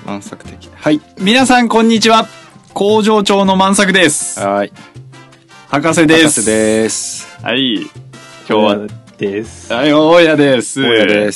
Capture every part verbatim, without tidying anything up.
満作的。はい。 皆さんこんにちは。工場長の満作です。 はい。 博士です。 博士です。 はい。今日はです。 はい、大家です。 大家です。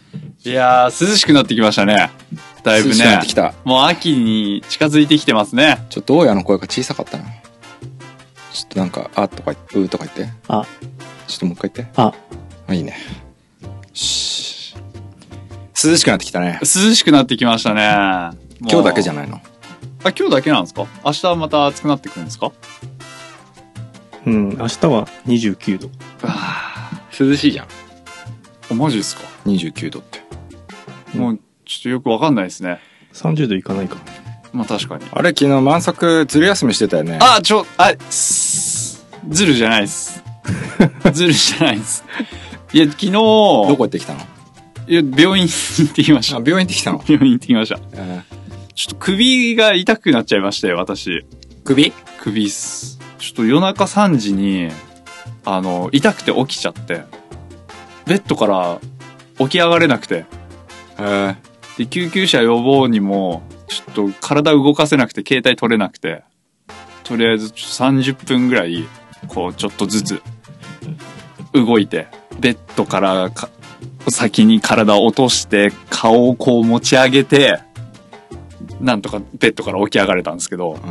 いやー、涼しくなってきましたね。だいぶね。涼しくなってきた。 もう秋に近づいてきてますね。 ちょっと大家の声が小さかったな。ちょっとなんか、あとか言って、うーとか言って。 あ。 ちょっともう一回言って。 あ。 あ、いいね。し涼しくなってきたね。 涼しくなってきましたね。 今日だけじゃないの？ あ、今日だけなんですか？明日はまた暑くなってくるんですか？ うん、明日はにじゅうきゅうど。 涼しいじゃん。 あ、マジですか？ にじゅうきゅうどって。 もう、ちょっとよくわかんないですね。 さんじゅうどいかないか。 まあ確かに。 あれ、昨日満作ずる休みしてたよね。 あ、ちょ、あ、ずるじゃないです。ずるじゃないです。いや、昨日。どこ行ってきたの？ いや、病院に行ってきました。 あ、病院行ってきたの？ 病院行ってきました。 えー、 ちょっと首が痛くなっちゃいまして、私。 首？ 首っす。ちょっと夜中さんじに、あの、痛くて起きちゃって、ベッドから起き上がれなくて。 えー、 で、救急車呼ぼうにも、ちょっと体動かせなくて、携帯取れなくて、とりあえずちょっとさんじゅっぷんぐらい、こう、ちょっとずつ、動いて、ベッドからか、先に体を落として、顔をこう持ち上げて、なんとかベッドから起き上がれたんですけど、うん、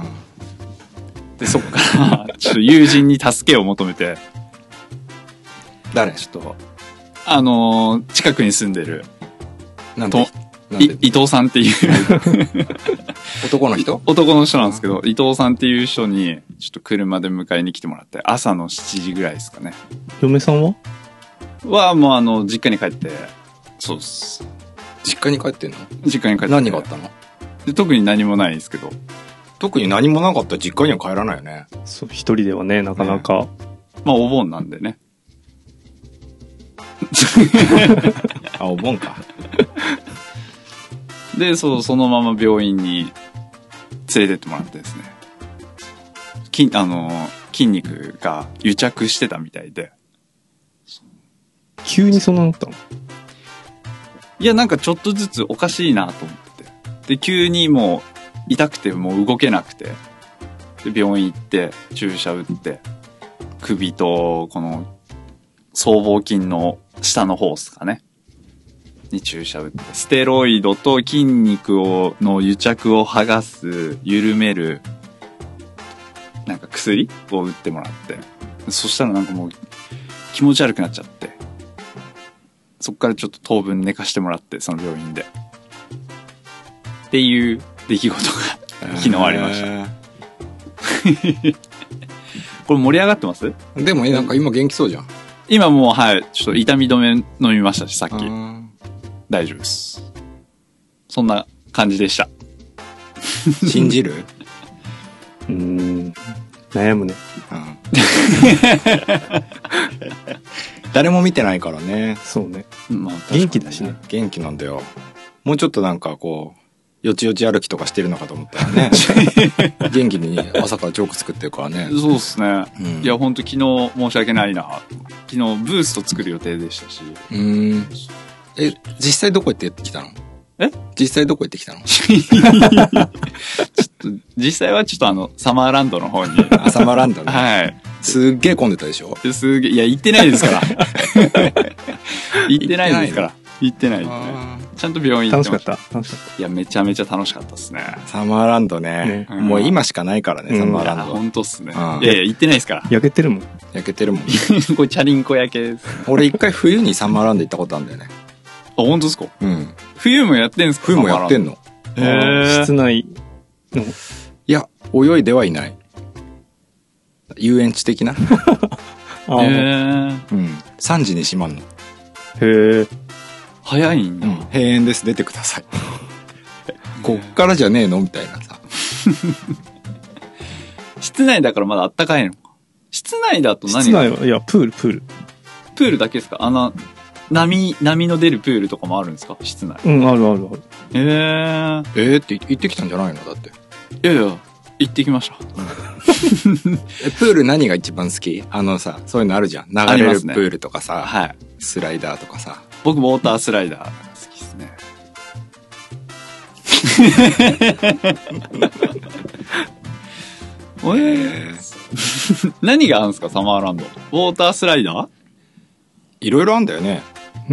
で、そっから、ちょっと友人に助けを求めて、 誰？ ちょっと、あのー、近くに住んでる、 なんで？ い伊藤さんっていう男の人？ 男の人なんですけど、伊藤さんっていう人に、ちょっと車で迎えに来てもらって、朝のしちじぐらいですかね。 嫁さんはは、もうあの、実家に帰って、そうです。 実家に帰ってんの？ 実家に帰って。 何があったの？ で特に何もないですけど。 特に何もなかったら実家には帰らないよね。 そう、一人ではね、なかなか。ね、 まあ、お盆なんでね。 あ、お盆か。 で、そう、そのまま病院に連れてってもらってですね。筋、あの、筋肉が癒着してたみたいで。 急にそんなのあったの？ いや、なんかちょっとずつおかしいなと思ってて。で、急にもう痛くてもう動けなくて。で、病院行って、注射打って、首と、この、僧帽筋の下の方ですかね。に注射打って、ステロイドと筋肉を、の癒着を剥がす、緩める、なんか薬を打ってもらって。そしたらなんかもう気持ち悪くなっちゃって。そっからちょっと当分寝かしてもらって、その病院で。っていう出来事が昨日ありました。これ盛り上がってます？ でもなんか今元気そうじゃん。 今もう、はい、ちょっと痛み止め飲みましたし、さっき。大丈夫です。そんな感じでした。 信じる？ うーん、悩むね。 うん誰も見てないからね。 そうね。 まあ、 元気だしね。 元気なんだよ。もうちょっとなんかこう、よちよち歩きとかしてるのかと思ったらね。元気に朝からジョーク作ってるからね。 そうっすね。うん、いや、ほんと昨日申し訳ないな。昨日ブースト作る予定でしたし。 うーん。え、実際どこ行ってきたの？ え？ 実際どこ行ってきたの？ ちょっと、実際はちょっとあの、サマーランドの方に。 あ、サマーランドね。 はい。 すっげえ混んでたでしょ？ すっげえ、いや、行ってないですから。行ってないですから。行ってない。ちゃんと病院行ってました。 楽しかった楽しかった。 いや、めちゃめちゃ楽しかったですね。 サマーランドね。ね、もう今しかないからね、うん、サマーランド。 ほんとっすね。いやいや、行ってないですから。 焼けてるもん。 焼けてるもん。 これ、チャリンコ焼けです。 俺一回冬にサマーランド行ったことあるんだよね。 あ、ほんとっすか？ うん。 冬もやってんすか？ 冬もやってんの。 へー。 室内の。 いや、泳いではいない。遊園地的な。 へー。 うん。さんじに閉まんの。 へー。 早いんだ。 うん。閉園です。出てください。こっからじゃねえのみたいなさ。 室内だからまだあったかいの？室内だと何？ 室内は、いや、プール、プール。 プールだけですか？あの、波、波の出るプールとかもあるんですか？室内。 うん、あるあるある。 へー。 えーって行ってきたんじゃないの？だって。 いやいや、行ってきました。 え、プール何が一番好き？あのさ、そういうのあるじゃん。流れるプールとかさ、ね、 はい。 スライダーとかさ。 僕、ウォータースライダーが好きですね。 えー、何があるんですかサマーランド。ウォータースライダーいろいろあんだよね。 うん。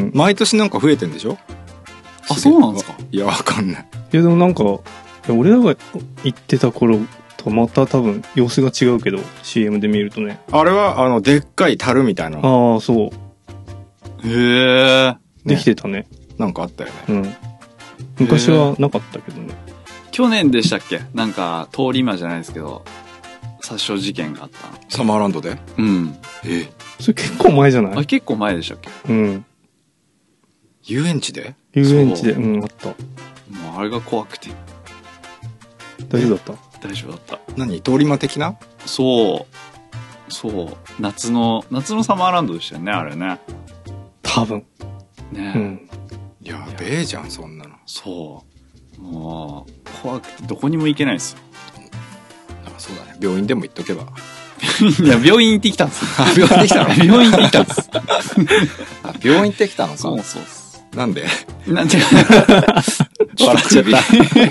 毎年なんか増えてんでしょ。 あ、そうなんですか。 いや、わかんない。 いやでもなんか、いや俺らが行ってた頃とまた多分様子が違うけど、シーエム で見るとね。 あれは、あの、でっかい樽みたいな。 ああ、そう。 へえ。 できてたね。 なんかあったよね。 うん。昔はなかったけどね。 去年でしたっけなんか、通り魔じゃないですけど、殺傷事件があったの。 サマーランドで。 うん。 えそれ結構前じゃなあ、 い？ 結構前でしたっけうん。 遊園地で遊園地で、うん、あった。 もうあれが怖くて。 大丈夫だっ大丈夫だった。 何通り魔的な。 そう。そう。夏の、夏のサマーランドでしたよね、あれね。 た多分。 ね、 うん。 やべえじゃん、そんなの。 そう。もう、怖くてどこにも行けないですよ。 あ、そうだね。病院でも行っとけば。 いや、病院行ってきたんですよ。 あ、病院行ってきたの病院行ってきたんです。 あ、病院行ってきたのか。 そうそう。 なんでなんて、笑っちゃった。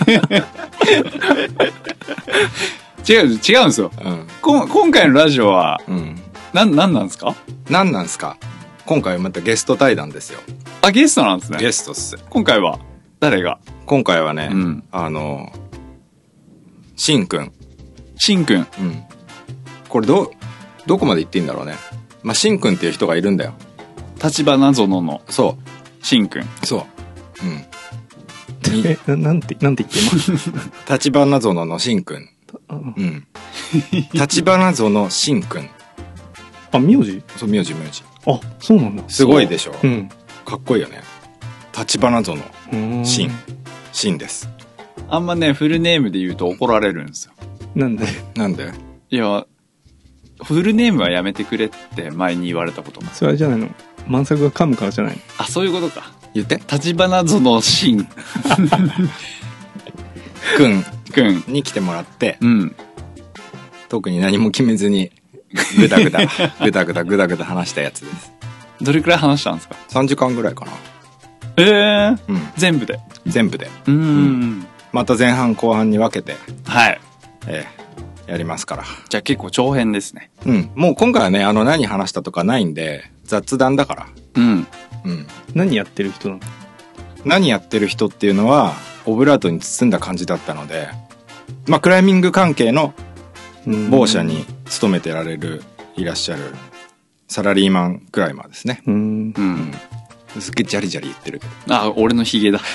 違う、違うんですよ。 うん。 こ今回のラジオは、 うん。 なん、なんなんですか？ 何なんすか。今回はまたゲスト対談ですよ。 あ、ゲストなんですね。 ゲストっす。 今回は、誰が？ 今回はね、 うん。 あの、しんくん。 しんくん。 うん。これど、どこまで言っていいんだろうね。まあ、しんくんっていう人がいるんだよ。 立花園のそしんくん。 う。そう。うん。 え、ななんて、なんて言って立花園のしんくん。 今。 うん。立花園しんくん。 あ、名字？ そう、名字名字。 あ、そうなんだ。 すごいでしょ。 うん。 かっこいいよね。立花園うんしん。しんです。 あんまね、フルネームで言うと怒られるんですよ。 なんで？ なんで？ いや、フルネームはやめてくれって前に言われたことが。 それあれじゃないの？満作が噛むからじゃないの？ あ、そういうことか。 言って。 立花園しんくんくん。 に来てもらって、 うん。 特に何も決めずに、ぐだぐだ、ぐだぐだぐだぐだ話したやつです。 どれくらい話したんですか？ さんじかんぐらいかな。 ええー。 うん。 全部で。 全部で。 うーん。 また前半後半に分けて、 はい。 ええ、やりますから。 じゃあ結構長編ですね。 うん。もう今回はね、あの何話したとかないんで、雑談だから。 うん。 うん。 何やってる人なの？ 何やってる人っていうのは、オブラートに包んだ感じだったので、まあ、クライミング関係の某社に勤めてられる、いらっしゃる、サラリーマンクライマーですね。 うーん。 うん。 すっげえジャリジャリ言ってるけど。 あ、俺のヒゲだ。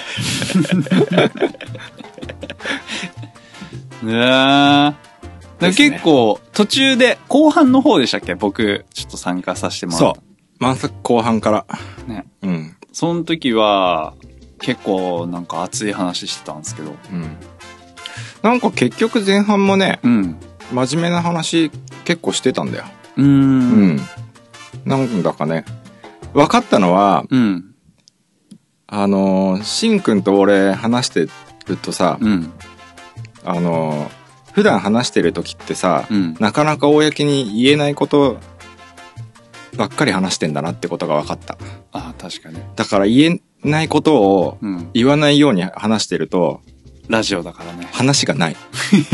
ねえ。でも結構、途中で、後半の方でしたっけ僕、ちょっと参加させてもらった。 そう。満作後半から。 ね。 うん。 その時は、結構なんか熱い話してたんですけど。 うん。なんか結局前半もね、 うん。 真面目な話結構してたんだよ。 うーん。 うん。なんだかね、分かったのは、 うん。 あのー、しんくんと俺話してるとさ、 うん。 あのー、普段話してる時ってさ、 うん。 なかなか公に言えないことばっかり話してんだなってことが分かった。 あ、確かに。 だから言えないことをうん。 言わないように話してると、 ラジオだからね。 話がない。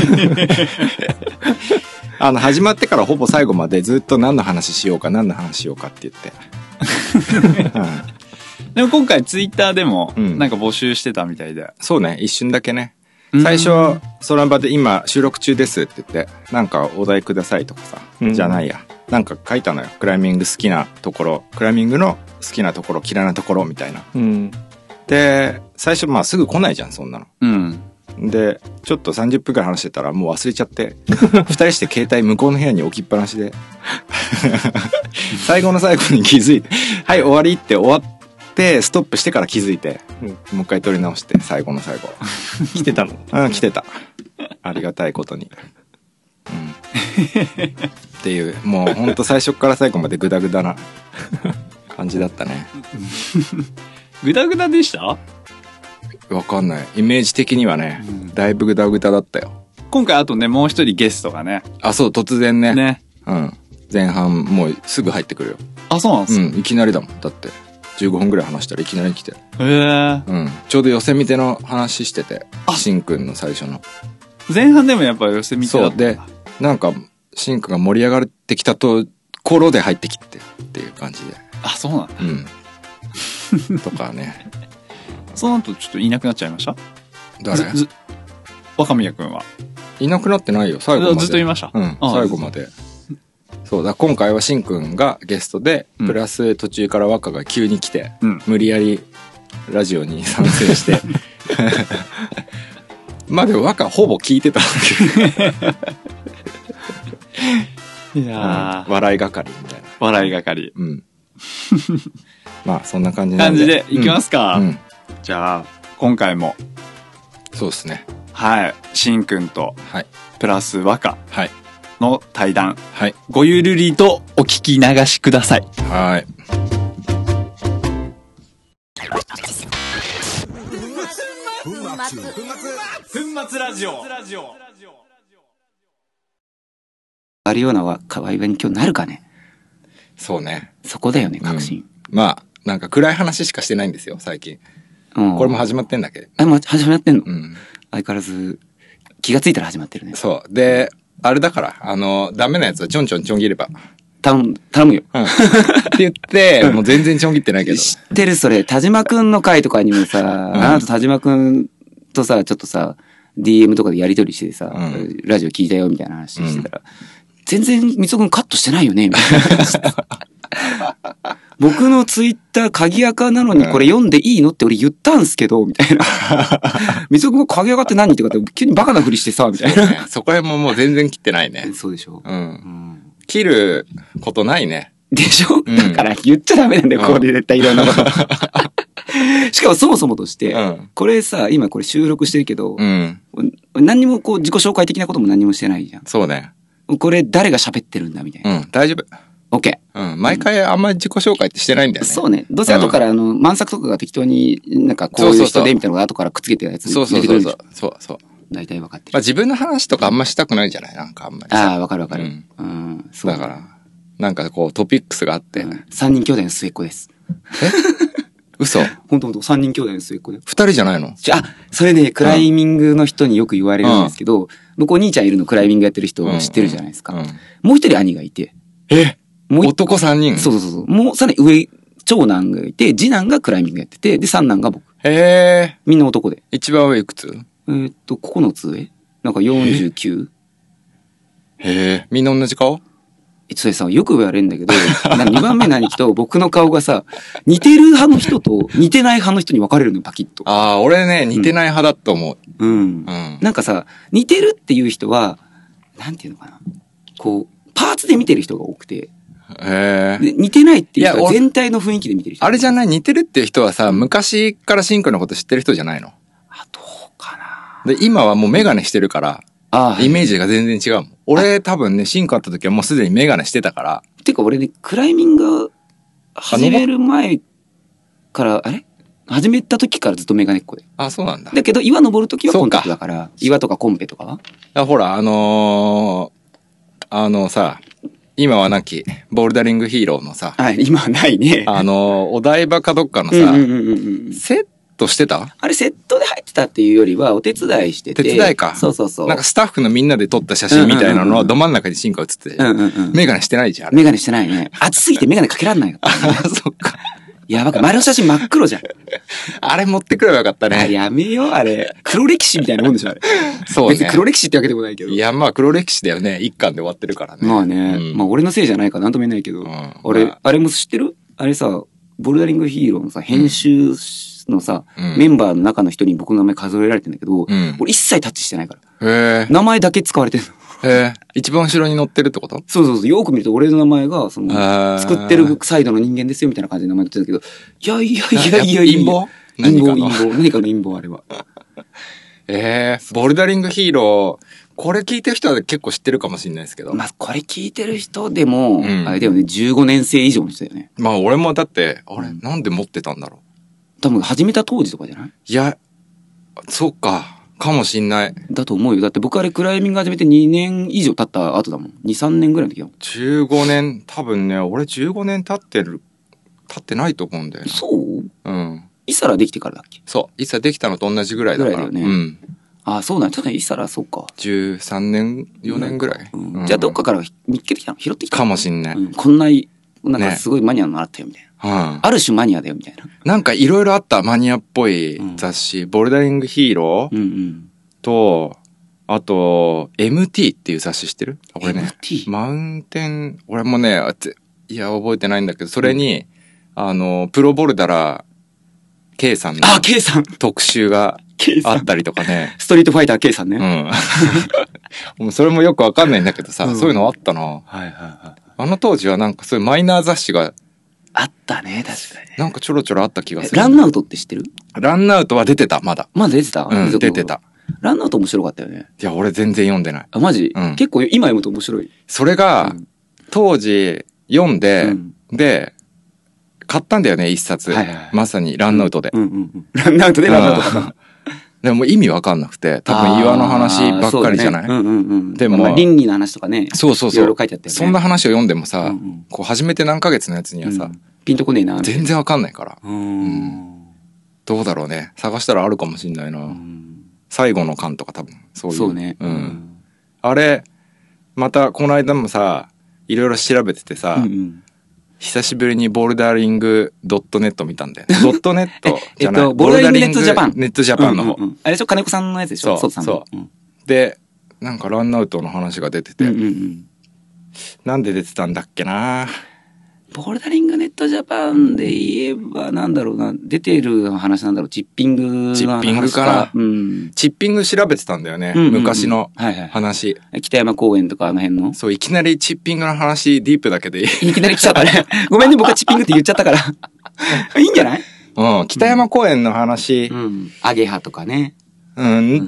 あの、始まってからほぼ最後までずっと何の話しようか何の話しようかって言って。うん、 でも今回ツイッターでも、 うんなんか募集してたみたいで。 そうね、一瞬だけね。 うん最初、その場で今収録中ですって言って、なんかお題くださいとかさ、 うんじゃないや。なんか書いたのよ。クライミング好きなところ、クライミングの好きなところ、嫌いなところみたいな。 うん。 で、最初まあすぐ来ないじゃん、そんなの。 うん。 で、ちょっとさんじゅっぷんくらい話してたらもう忘れちゃって、二人して携帯向こうの部屋に置きっぱなしで、最後の最後に気づいて、はい終わりって終わってストップしてから気づいて、 うんもう一回撮り直して最後の最後。 来てたの？ うん、来てた。ありがたいことに。うん。っていう、もうほんと最初から最後までグダグダな感じだったね。 グダグダでした？ わかんない。イメージ的にはね、 うんだいぶグダグダだったよ。 今回あとね、もう一人ゲストがね。 あ、そう、突然ね。 ね。 うん。前半もうすぐ入ってくるよ。 あ、そうなんですか。 うん、いきなりだもん。だって。 じゅうごふんぐらい話したらいきなり来て。 へえ。 うん。ちょうど寄せ見ての話してて、しんくんの最初の。 前半でもやっぱ寄せ見てだったんだ。 そう。で、なんか、しんくんが盛り上がってきたところで入ってきてっていう感じで。 あ、そうなんだ。 うん。とかね。 その後ちょっといなくなっちゃいました？ 誰？ ずず若宮くんは。 いなくなってないよ、最後まで。 ずっといました。 うん、最後まで。そうだ、今回はしんくんがゲストで、 うん、 プラス途中から若が急に来て、 うん、 無理やりラジオに参戦して。まあでも若ほぼ聞いてたんだけど。いやー、うん、笑い係みたいな。 笑い係。 うん。まあそんな感じなんで。 感じでいきますか。 うんうん、 じゃあ、今回も。 そうですね。 はい。しんくんと、 はい、プラス若。 はい。 の対談、 はい、 ごゆるりとお聞き流しください。 はい。 粉末ラジオ。 あるような会話に今日なるかね。 そうね。 そこだよね、確信。 うん、まあなんか暗い話しかしてないんですよ最近。うん、これも始まってんだけど。 あ、もう始まってんの。 うん。 相変わらず気がついたら始まってるね。 そうで。あれだから、あの、ダメなやつはちょんちょんちょん切れば。 頼む、頼むよ。 うん。って言って、もう全然ちょん切ってないけど。 知ってるそれ、田島くんの回とかにもさ、うん、あなた田島くんとさ、ちょっとさ、ディーエム とかでやりとりしてさ、うん、ラジオ聞いたよみたいな話してたら、うん、全然みつおくんカットしてないよねみたいな。僕のツイッター鍵垢なのにこれ読んでいいのって俺言ったんすけど、みたいな。みつおくんが鍵垢って何ってかって急にバカなふりしてさ、みたいな。 ね、そこら辺ももう全然切ってないね。 そうでしょ。 うん。うん、切ることないね。 でしょ、うん、だから言っちゃダメなんだよ、ここで絶対いろんなこと。しかもそもそもとして、うん、これさ、今これ収録してるけど、うん、何にもこう自己紹介的なことも何にもしてないじゃん。 そうね。 これ誰が喋ってるんだみたいな。 うん、大丈夫。 オッケー。うん。毎回あんまり自己紹介ってしてないんだよね。 そうね。どうせ後からあの、満作とかが適当になんかこういう人でみたいなのが後からくっつけてるやつ出てくるんでしょ。 そうそうそう。そうそう。 大体分かってる。 まあ自分の話とかあんましたくないじゃないなんかあんまり。 ああ、わかるわかる。うん。うん、 そう。だから、なんかこうトピックスがあって。 三、うん、人兄弟の末っ子です。 え嘘ほんとほんと、三人兄弟の末っ子で。 二人じゃないの？ あ、それね、クライミングの人によく言われるんですけど、うん、僕お兄ちゃんいるのクライミングやってる人知ってるじゃないですか。うんうん、もう一人兄がいて。 えもう男三人？ そうそうそう。もうさらに上、長男がいて、次男がクライミングやってて、で、三男が僕。 へえ。 みんな男で。 一番上いくつ？ えー、っと、ここのつ上なんかよんじゅうきゅう？ へえ。みんな同じ顔？ それさ、よく言われるんだけど、にばんめの兄貴と僕の顔がさ、似てる派の人と似てない派の人に分かれるの、パキッと。 ああ、俺ね、似てない派だと思う。 うん。うん。なんかさ、似てるっていう人は、なんていうのかな。こう、パーツで見てる人が多くて。 へえ。 似てないっていう人は全体の雰囲気で見てる人。 あれじゃない、似てるっていう人はさ、昔からシンクのこと知ってる人じゃないの？ あ、どうかな。で、今はもうメガネしてるから、ああイメージが全然違うもん。俺多分ね、シンクあった時はもうすでにメガネしてたから。 てか俺ね、クライミング始める前から、あれ始めた時からずっとメガネっ子で。 あ、そうなんだ。 だけど岩登る時はコンタクトだから、岩とかコンペとかはあほら、あのー、あのさ、今はなき、ボルダリングヒーローのさ。 はい、今はないね。 あのー、お台場かどっかのさ、うんうんうんうん、セットしてた？ あれセットで入ってたっていうよりはお手伝いしてて。 手伝いか。 そうそうそう。 なんかスタッフのみんなで撮った写真みたいなのをど真ん中にシンクが写ってて、うんうんうん、メガネしてないじゃん。 メガネしてないね。暑すぎてメガネかけらんないよ。 あ、そっか。 やばく、前の写真真っ黒じゃん。 あれ持ってくればよかったね。 あやめよう、あれ。黒歴史みたいなもんでしょ、あれ。 そうね。 別に黒歴史ってわけでもないけど。 いや、まあ黒歴史だよね。一巻で終わってるからね。 まあね。うん、まあ俺のせいじゃないかなんとも言えないけど。うん、俺、まあ、あれも知ってる？あれさ、ボルダリングヒーローのさ、編集のさ、うん、メンバーの中の人に僕の名前数えられてんだけど、うん、俺一切タッチしてないから。へー。名前だけ使われてるの。 へえ。一番後ろに載ってるってこと？ そうそうそう。よく見ると俺の名前が、その、作ってるサイドの人間ですよみたいな感じで名前載ってたけど、いやいやいやいやいや。 陰謀？ 陰謀、陰謀。何かの陰謀、あれは。 ええー、ボルダリングヒーロー、これ聞いてる人は結構知ってるかもしれないですけど。 まあ、これ聞いてる人でも、うん、あれだよね、じゅうごねん生以上の人だよね。 まあ、俺もだって、あれ、うん、なんで持ってたんだろう。多分、始めた当時とかじゃない？ いや、そっか。かもしんない。 だと思うよ。だって僕あれクライミング始めてにねん以上経った後だもん。に、さんねんぐらいの時だもん。 じゅうごねん、多分ね、俺じゅうごねん経ってる経ってないと思うんだよな。 そううん。 イサラできてからだっけ？ そう。イサラできたのと同じぐらいだから。 ぐらいだよね。 うん。 ああ、そうなんだ。確かにイサラそうか。 じゅうさんねん、よねんぐらい。 うんうん、じゃあどっかから見つけてきたの？拾ってきたの？ かもしんない。 うん、こんな、なんかすごいマニアのあったよみたいな。ね、ある種マニアだよみたいな。 なんかいろいろあったマニアっぽい雑誌。うん、ボルダリングヒーロー、うんうん、と、あと、エムティー っていう雑誌知ってる？これね。エムティー？ マウンテン、俺もね、いや、覚えてないんだけど、それに、うん、あの、プロボルダラー、K さんの。 あ、K さん特集があったりとかね。 ストリートファイター K さんね。 うん。もうそれもよくわかんないんだけどさ、うん、そういうのあったな。はいはいはい。 あの当時はなんかそういうマイナー雑誌が。 あったね、確かに。 なんかちょろちょろあった気がする。 ランアウトって知ってる？ ランアウトは出てた、まだ。 まだ出てた？ うん、出てた。 ランアウト面白かったよね。 いや、俺全然読んでない。 あ、マジ？うん、結構今読むと面白い。 それが、うん、当時読んで、うん、で、買ったんだよね、一冊。はいはいはい、まさにランアウトで。 うんうんうん、ランアウトでランアウトかな。 でも意味わかんなくて、多分岩の話ばっかりじゃない？ うんうんうん、 でも、 まあ、倫理の話とかね。 そうそうそう。 いろいろ書いてあったよね。 そんな話を読んでもさ、うんうん、こう初めて何ヶ月のやつにはさ、うん、 ピンとこねえな。 全然わかんないから。 うん、 どうだろうね。探したらあるかもしんないな。うん、最後の巻とか多分、そういう。 そうね。 うん。あれ、またこの間もさ、いろいろ調べててさ、うんうん、久しぶりにボルダリング ドットネット 見たんだよね。ドットネットじゃない。 えっと、ボルダリングネットジャパン。 ネットジャパンの方。 うんうんうん、あれでしょ、金子さんのやつでしょ？ そうそうそう、うん。で、なんかランアウトの話が出てて、うんうんうん、なんで出てたんだっけな。 ボルダリングネットジャパンで言えば、なんだろうな、出てる話なんだろう、チッピングの話か。 チッピングかな。うん、チッピング調べてたんだよね。うんうんうん、昔の話、はいはい。 北山公園とかあの辺の。 そう、いきなりチッピングの話、ディープだけでいい。 いきなり来ちゃったね。ごめんね、僕はチッピングって言っちゃったから。いいんじゃない？ うん、北山公園の話。 うん。アゲハとかね。 うん、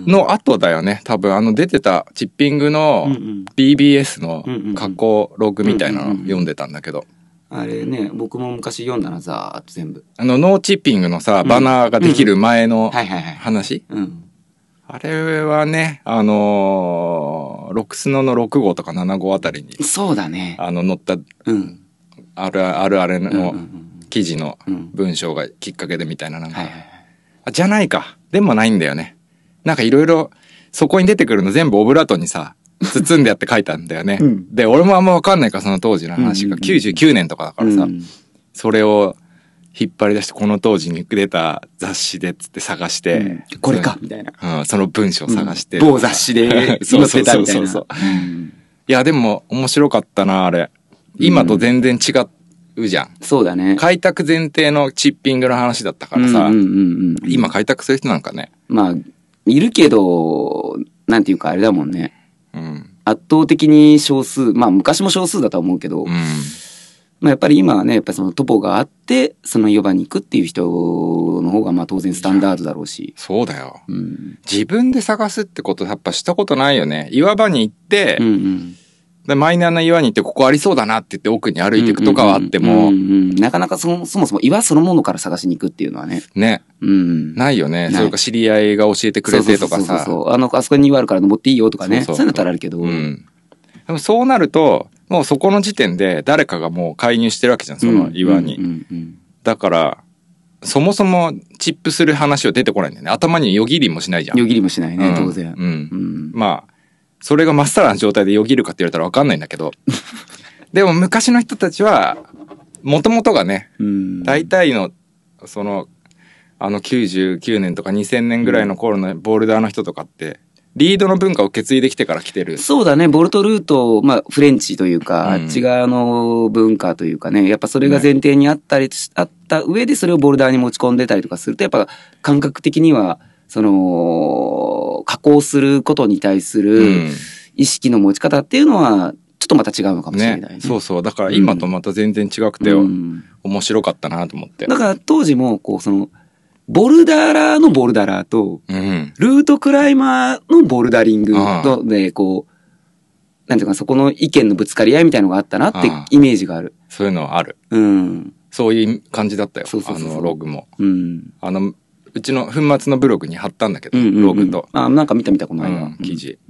の後だよね。多分あの出てたチッピングの ビービーエス の加工ログみたいなの読んでたんだけど。 あれね、僕も昔読んだな、ざーっと全部。 あの、ノーチッピングのさ、バナーができる前の話。あれはね、あのー、ロックスノのろく号とかなな号あたりに。 そうだね。 あの、載った、うん、あるあるあれの記事の文章がきっかけでみたいななんか。あ、じゃないか。でもないんだよね。なんかいろいろ、そこに出てくるの全部オブラートにさ、包んでやって書いたんだよね。うん、で、俺もあんまわかんないから、その当時の話が。きゅうじゅうきゅうねんとかだからさ、うん、それを引っ張り出して、この当時に出た雑誌でっつって探して、うん、 これかみたいな。 うん、その文章を探して。 某雑誌で載ってたみたいな。そうそうそうそう。 いや、でも面白かったな、あれ。今と全然違うじゃん。 そうだね。 開拓前提のチッピングの話だったからさ、今開拓する人なんかね。 まあ、いるけど、なんていうかあれだもんね。うん、圧倒的に少数、まあ昔も少数だとは思うけど、うん、まあやっぱり今はね、やっぱりそのトポがあって、その岩場に行くっていう人の方がまあ当然スタンダードだろうし。 そうだよ、うん。自分で探すってことやっぱしたことないよね。岩場に行って、うんうん、でマイナーな岩に行ってここありそうだなって言って奥に歩いていくとかはあっても、 なかなかそもそも岩そのものから探しに行くっていうのはね。 ね。うん、ないよね。それか知り合いが教えてくれてとかさ。そうそうそう。 あの、あそこに岩あるから登っていいよとかね。そういうのったらあるけど。うん。 でもそうなると、もうそこの時点で誰かがもう介入してるわけじゃん、その岩に。だから、そもそもチップする話は出てこないんだよね。頭によぎりもしないじゃん。 よぎりもしないね、当然。 うん。うん、まあ、それがまっさらな状態でよぎるかって言われたらわかんないんだけど。でも昔の人たちは、もともとがね、大体の、その、あのきゅうじゅうきゅうねんとかにせんねんぐらいの頃のボルダーの人とかって、リードの文化を受け継いできてから来てる。 そうだね、ボルトルート、まあフレンチというか、うん、あっち側の文化というかね、やっぱそれが前提にあったり、ね、あった上でそれをボルダーに持ち込んでたりとかすると、やっぱ感覚的には、その、加工することに対する意識の持ち方っていうのは、ちょっとまた違うのかもしれないね。 ね、そうそう。だから今とまた全然違くて、うん、面白かったなと思って。 だから当時も、こう、その、ボルダーラーのボルダラーと、うん、ルートクライマーのボルダリングとで、こう、なんていうか、そこの意見のぶつかり合いみたいのがあったなってイメージがある。 そういうのはある。 うん。 そういう感じだったよ。そうそうそうそう、あのログも。うん。あの、うちの粉末のブログに貼ったんだけど、うんうんうん、ログと。 あ、なんか見た見たこの間。 うん、記事。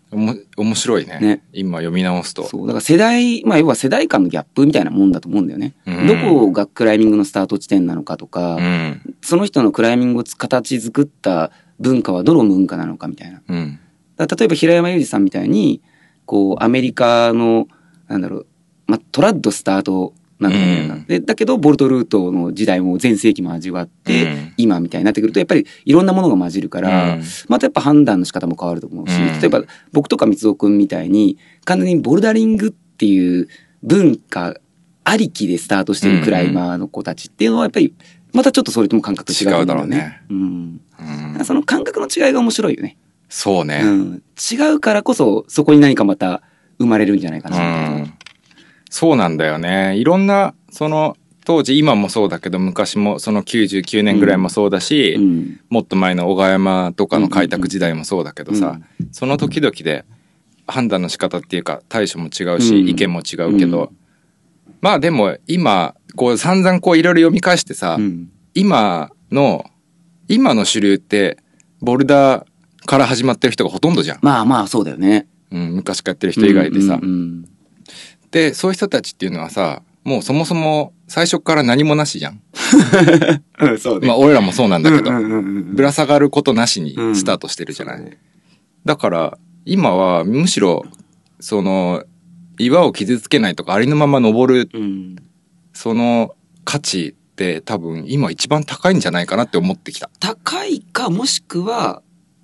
おも面白いね。 ね今読み直すと。 そう。だから世代、まあ要は世代間のギャップみたいなもんだと思うんだよね。 うん、 どこがクライミングのスタート地点なのかとか、 うん、 その人のクライミングを形作った文化はどの文化なのかみたいな。 うん、 だ例えば平山裕二さんみたいに、こう、アメリカの、なんだろう、まあ、トラッドスタートなんだよな、うん。で、だけど、ボルトルートの時代も全盛期も味わって、うん、今みたいになってくると、やっぱりいろんなものが混じるから、うん、またやっぱ判断の仕方も変わると思うし、うん、例えば僕とか三尾くんみたいに、完全にボルダリングっていう文化ありきでスタートしてるクライマーの子たちっていうのは、やっぱり、またちょっとそれとも感覚違うと思うんだよね。違うだろうね。うん。うん、その感覚の違いが面白いよね。 そうね。 うん。違うからこそ、そこに何かまた生まれるんじゃないかな。うん。 そうなんだよね。いろんな、その、当時、今もそうだけど、昔も、そのきゅうじゅうきゅうねんぐらいもそうだし、うん、もっと前の小川山とかの開拓時代もそうだけどさ、うん、その時々で判断の仕方っていうか、対処も違うし、うん、意見も違うけど、うん、まあでも、今、こう、散々こう、いろいろ読み返してさ、うん、今の、今の主流って、ボルダーから始まってる人がほとんどじゃん。 まあまあ、そうだよね。 うん、昔からやってる人以外でさ。うんうんうんで、そういう人たちっていうのはさ、もうそもそも最初から何もなしじゃん。 うん、そうね。 まあ俺らもそうなんだけど、ぶら下がることなしにスタートしてるじゃない。うんね、だから今はむしろ、その、岩を傷つけないとかありのまま登る、うん、その価値って多分今一番高いんじゃないかなって思ってきた。 高いかもしくは、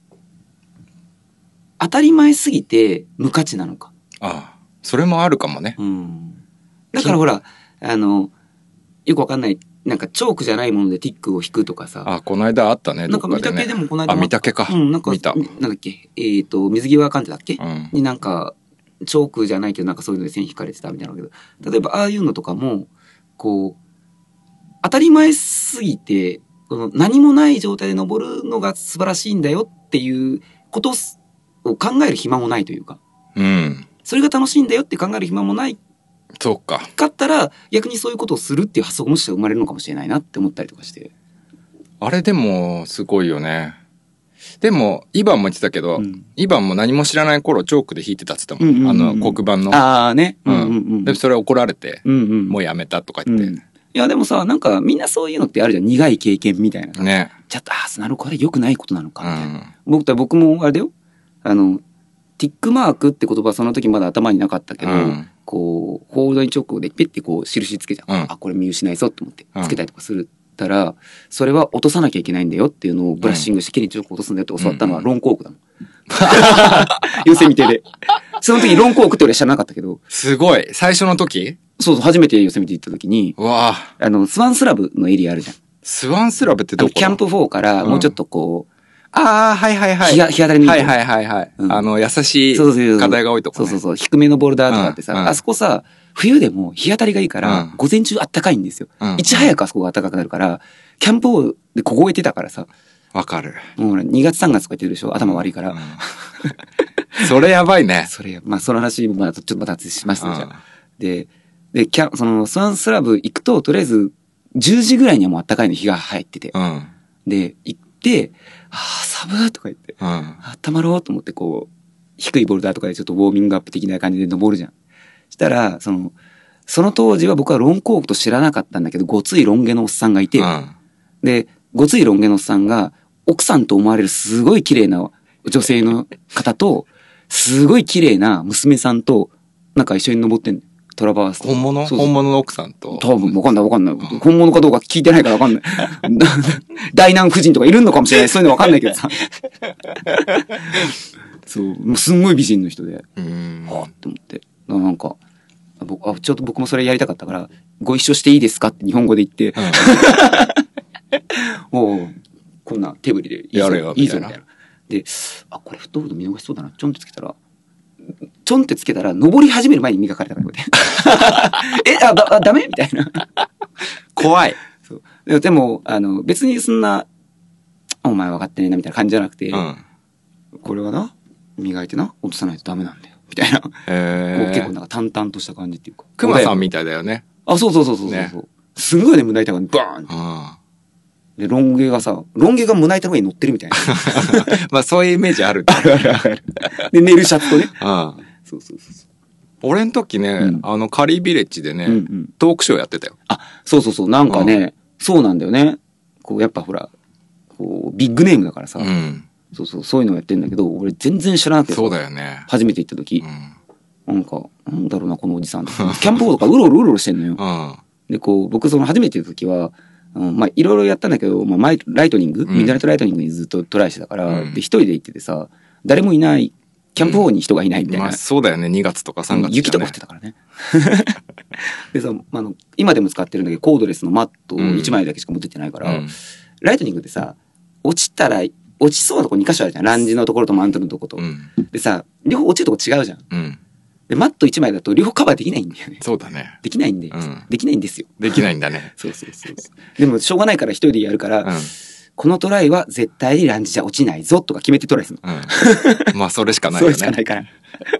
当たり前すぎて無価値なのか。 ああ。それもあるかもね。 うん。だからほら、あの、よくわかんない、なんかチョークじゃないものでティックを引くとかさ。 あ、この間あったね、 なんか見たけでもこの間。 あ、見たけか。 うん、なんか、 見た。 なんだっけ、えっ、ー、と、水際関係だっけ、うん、になんか、チョークじゃないけどなんかそういうので線引かれてたみたいなのだけど、例えばああいうのとかも、こう、当たり前すぎて、この何もない状態で登るのが素晴らしいんだよっていうことを考える暇もないというか。 うん。 それが楽しいんだよって考える暇もない。 そうか。 かったら、逆にそういうことをするっていう発想がもしかしたら生まれるのかもしれないなって思ったりとかして。 あれでも、すごいよね。でも、イバンも言ってたけど、うん、イバンも何も知らない頃、チョークで弾いてたって言ったもん。うんうんうん、あの、黒板の。 ああね。 うん。うんうんうん、で、それ怒られて、うんうん、もうやめたとか言って、うん。いや、でもさ、なんか、みんなそういうのってあるじゃん。苦い経験みたいな。 ね。 ちょっと、ああ、なるほど、これ良くないことなのか、みたいな。うん、僕と僕も、あれだよ。あの、ティックマークって言葉はその時まだ頭になかったけど、うん、こう、ホールドに直でピッてこう印つけちゃう。うん、あ、これ見失いそうと思ってつけたりとかするったら、うん、それは落とさなきゃいけないんだよっていうのをブラッシングしてきれいに直落とすんだよって教わったのはロンコークだもん。寄せ見てで。その時ロンコークって俺知らなかったけど。 すごい。最初の時？ そうそう、初めて寄せ見て行った時に、 うわあの、スワンスラブのエリアあるじゃん。 スワンスラブってどこ？ キャンプフォーからもうちょっとこう、 ああ、はいはいはい。 日当たりに。 はいはいはいはい。うん、あの、優しい課題が多いとこね。 そうそうそう。低めのボルダーとかってさ、うんうん、あそこさ、冬でも日当たりがいいから、うん、午前中あったかいんですよ、うん。いち早くあそこが暖かくなるから、キャンプをで凍えてたからさ。 わかる。 もうにがつさんがつとか言ってるでしょ頭悪いから。うんうん、それやばいね。 それ、まあその話、まあちょっとまたしましたね、じゃあ。で、で、キャン、その、スワンスラブ行くと、とりあえず、じゅうじぐらいにはもう暖かいの日が入ってて。うん、で、行って、ああ、寒ーとか言って、うん、あったまろうと思ってこう、低いボルダーとかでちょっとウォーミングアップ的な感じで登るじゃん。したら、その、その当時は僕はロンコークと知らなかったんだけど、ごついロン毛のおっさんがいて、うん、で、ごついロン毛のおっさんが、奥さんと思われるすごい綺麗な女性の方と、すごい綺麗な娘さんと、なんか一緒に登ってんの。トラバース。 本物そうそう本物の奥さんと。 多分、わかんないわかんない。うん、本物かどうか聞いてないからわかんない。大難夫人とかいるのかもしれない。そういうのわかんないけどさ。そう、もうすんごい美人の人で。うん。はぁって思って。なんか、僕、あ、ちょっと僕もそれやりたかったから、ご一緒していいですかって日本語で言って、うん、もう、こんな手振りでいいぞ、いいぞみたいな。で、あ、これフットボール見逃しそうだな。ちょんってつけたら、ちょんってつけたら、登り始める前に磨かれたから、こうやって。え、あ、だ、ダメみたいな。 怖い。 そう。でも、あの、別にそんな、お前分かってねえな、みたいな感じじゃなくて、うん、これはな、磨いてな、落とさないとダメなんだよ。みたいな。へー。こう結構なんか淡々とした感じっていうか。 熊さんみたいだよね。 あ、そうそうそうそうそう、ね。すんごいね、胸板がバーンって。 で、ロン毛がさ、ロン毛が胸板の上に乗ってるみたいな。 まあそういうイメージある。 あるあるある。で、寝るシャツとね。 うん。 そうそうそうそう。 俺ん時ね、 うんあのカリービレッジでね、 うんうん、 トークショーやってたよ。 あ、そうそうそう。なんかね、うん、そうなんだよね。こう、やっぱほら、こう、ビッグネームだからさ。うん。そうそう、そういうのをやってんだけど、俺全然知らなくて。 そうだよね。 初めて行った時。うん、なんか、なんだろうな、このおじさん。キャンプ場とかうろうろうろうろしてんのよ。うん、で、こう、僕その初めて行った時は、うん、まあ、いろいろやったんだけど、まあ、マイライトニング、うん、ミッドナイトライトニングにずっとトライしてたから、うん、で、一人で行っててさ、誰もいない、キャンプ方に人がいないみたいな。 うん、まあ、そうだよね、にがつとかさんがつとか、ね、 雪とか降ってたからね。でさ、あの、今でも使ってるんだけど、コードレスのマットをいちまいだけしか持ってってないから、うん、ライトニングってさ、落ちたら、落ちそうなとこに箇所あるじゃん。ランジのところとマントルのところと。うん、でさ、両方落ちるとこ違うじゃん。うん、で、マットいちまいだと両方カバーできないんだよね。 そうだね。 できないんで、うん、できないんですよ。 できないんだね。 そうそうそうそう。でも、しょうがないから一人でやるから、うん、このトライは絶対にランジじゃ落ちないぞとか決めてトライするの。 うん、まあ、それしかないよね。 それしかないから。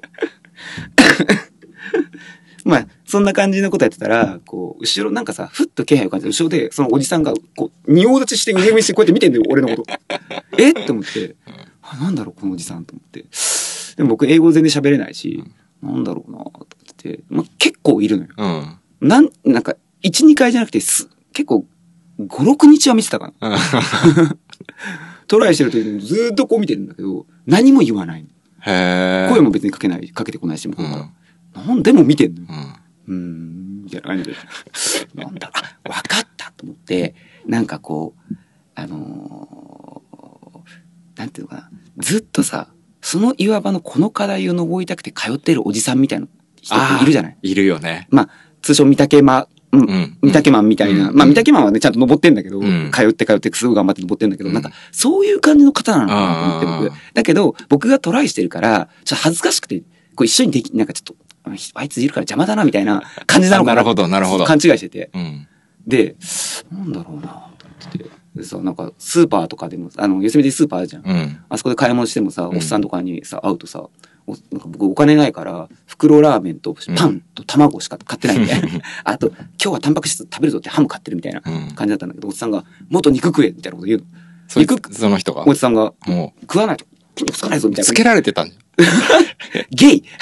まあ、そんな感じのことやってたら、こう、後ろなんかさ、ふっと気配を感じて、後ろで、そのおじさんが、こう、仁王立ちして上目してこうやって見てんだよ、俺のこと。えって思って、あ、なんだろう、このおじさんと思って。でも僕、英語全然喋れないし、なんだろうなと思ってて、まあ、結構いるのよ。うん。なん、なんか、いち、にかいじゃなくて、す、結構、ご、ろくにちは見てたかな。トライしてる時にずーっとこう見てるんだけど、何も言わない。へー。声も別にかけない、かけてこないし、向こうから。うん、なんでも見てんのよ。うん。うーん、みたいな感じで。なんだ、あ、わかったと思って、なんかこう、あのー、なんていうのかな。ずっとさ、その岩場のこの課題を登りたくて通ってるおじさんみたいな人っているじゃない？ いるよね。 まあ、通称三宅マン、うん、三宅マンみたいな。うん、まあ、三宅マンはね、ちゃんと登ってんだけど、うん、通って通ってすごい頑張って登ってんだけど、うん、なんか、そういう感じの方なのかなと思って僕。だけど、僕がトライしてるから、ちょっと恥ずかしくて、こう一緒にでき、なんかちょっと、あいついるから邪魔だなみたいな感じなのかな。 なるほど、なるほど。 勘違いしてて。うん、で、なんだろうなと思ってて。でさ、なんか、スーパーとかでも、あの、ヨセミテスーパーあるじゃん。うん、あそこで買い物してもさ、おっさんとかにさ、会うとさ、おなんか僕お金ないから、袋ラーメンとパンと卵しか買ってないんで、うん、あと、今日はタンパク質食べるぞってハム買ってるみたいな感じだったんだけど、おっさんが、もっと肉食えみたいなこと言うの。 肉、その人が。 おっさんが、もう、食わないと筋肉つかないぞみたいな。 つけられてたんじゃん。 ゲイ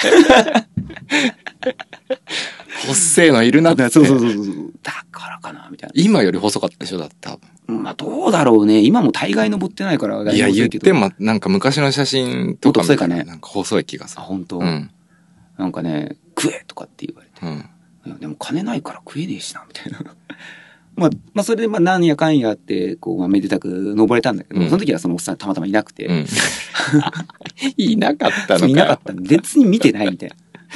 細いのいるなって。 そうそうそうそう。だからかなみたいな。 今より細かったでしょだって多分。 まあどうだろうね。今も大概登ってないからいや言ってもなんか昔の写真とかもっと細いかね。 なんか細い気がする。 あ本当。うん。なんかね食えとかって言われて。うん。いやでも金ないから食えねえしなみたいな。まあまあそれでまあ何やかんやってこうまあめでたく登れたんだけど、うん、その時はそのおっさんたまたまいなくて。うん、 いなかったのか。 いなかったの。別に見てないみたいな。